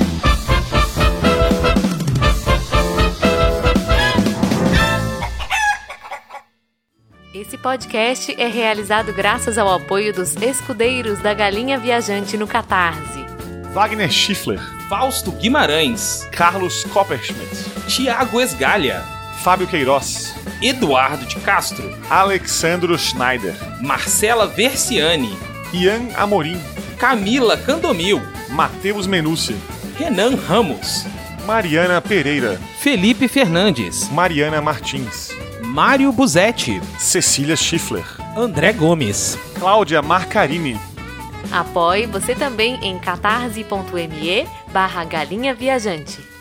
Esse podcast é realizado graças ao apoio dos escudeiros da Galinha Viajante no Catarse. Wagner Schiffler, Fausto Guimarães, Carlos Copperschmidt, Tiago Esgalha, Fábio Queiroz, Eduardo de Castro, Alexandro Schneider, Marcela Versiani, Ian Amorim, Camila Candomil, Matheus Menucci, Renan Ramos, Mariana Pereira, Felipe Fernandes, Mariana Martins, Mário Buzetti, Cecília Schiffler, André Gomes, Cláudia Marcarini. Apoie você também em catarse.me/galinha viajante.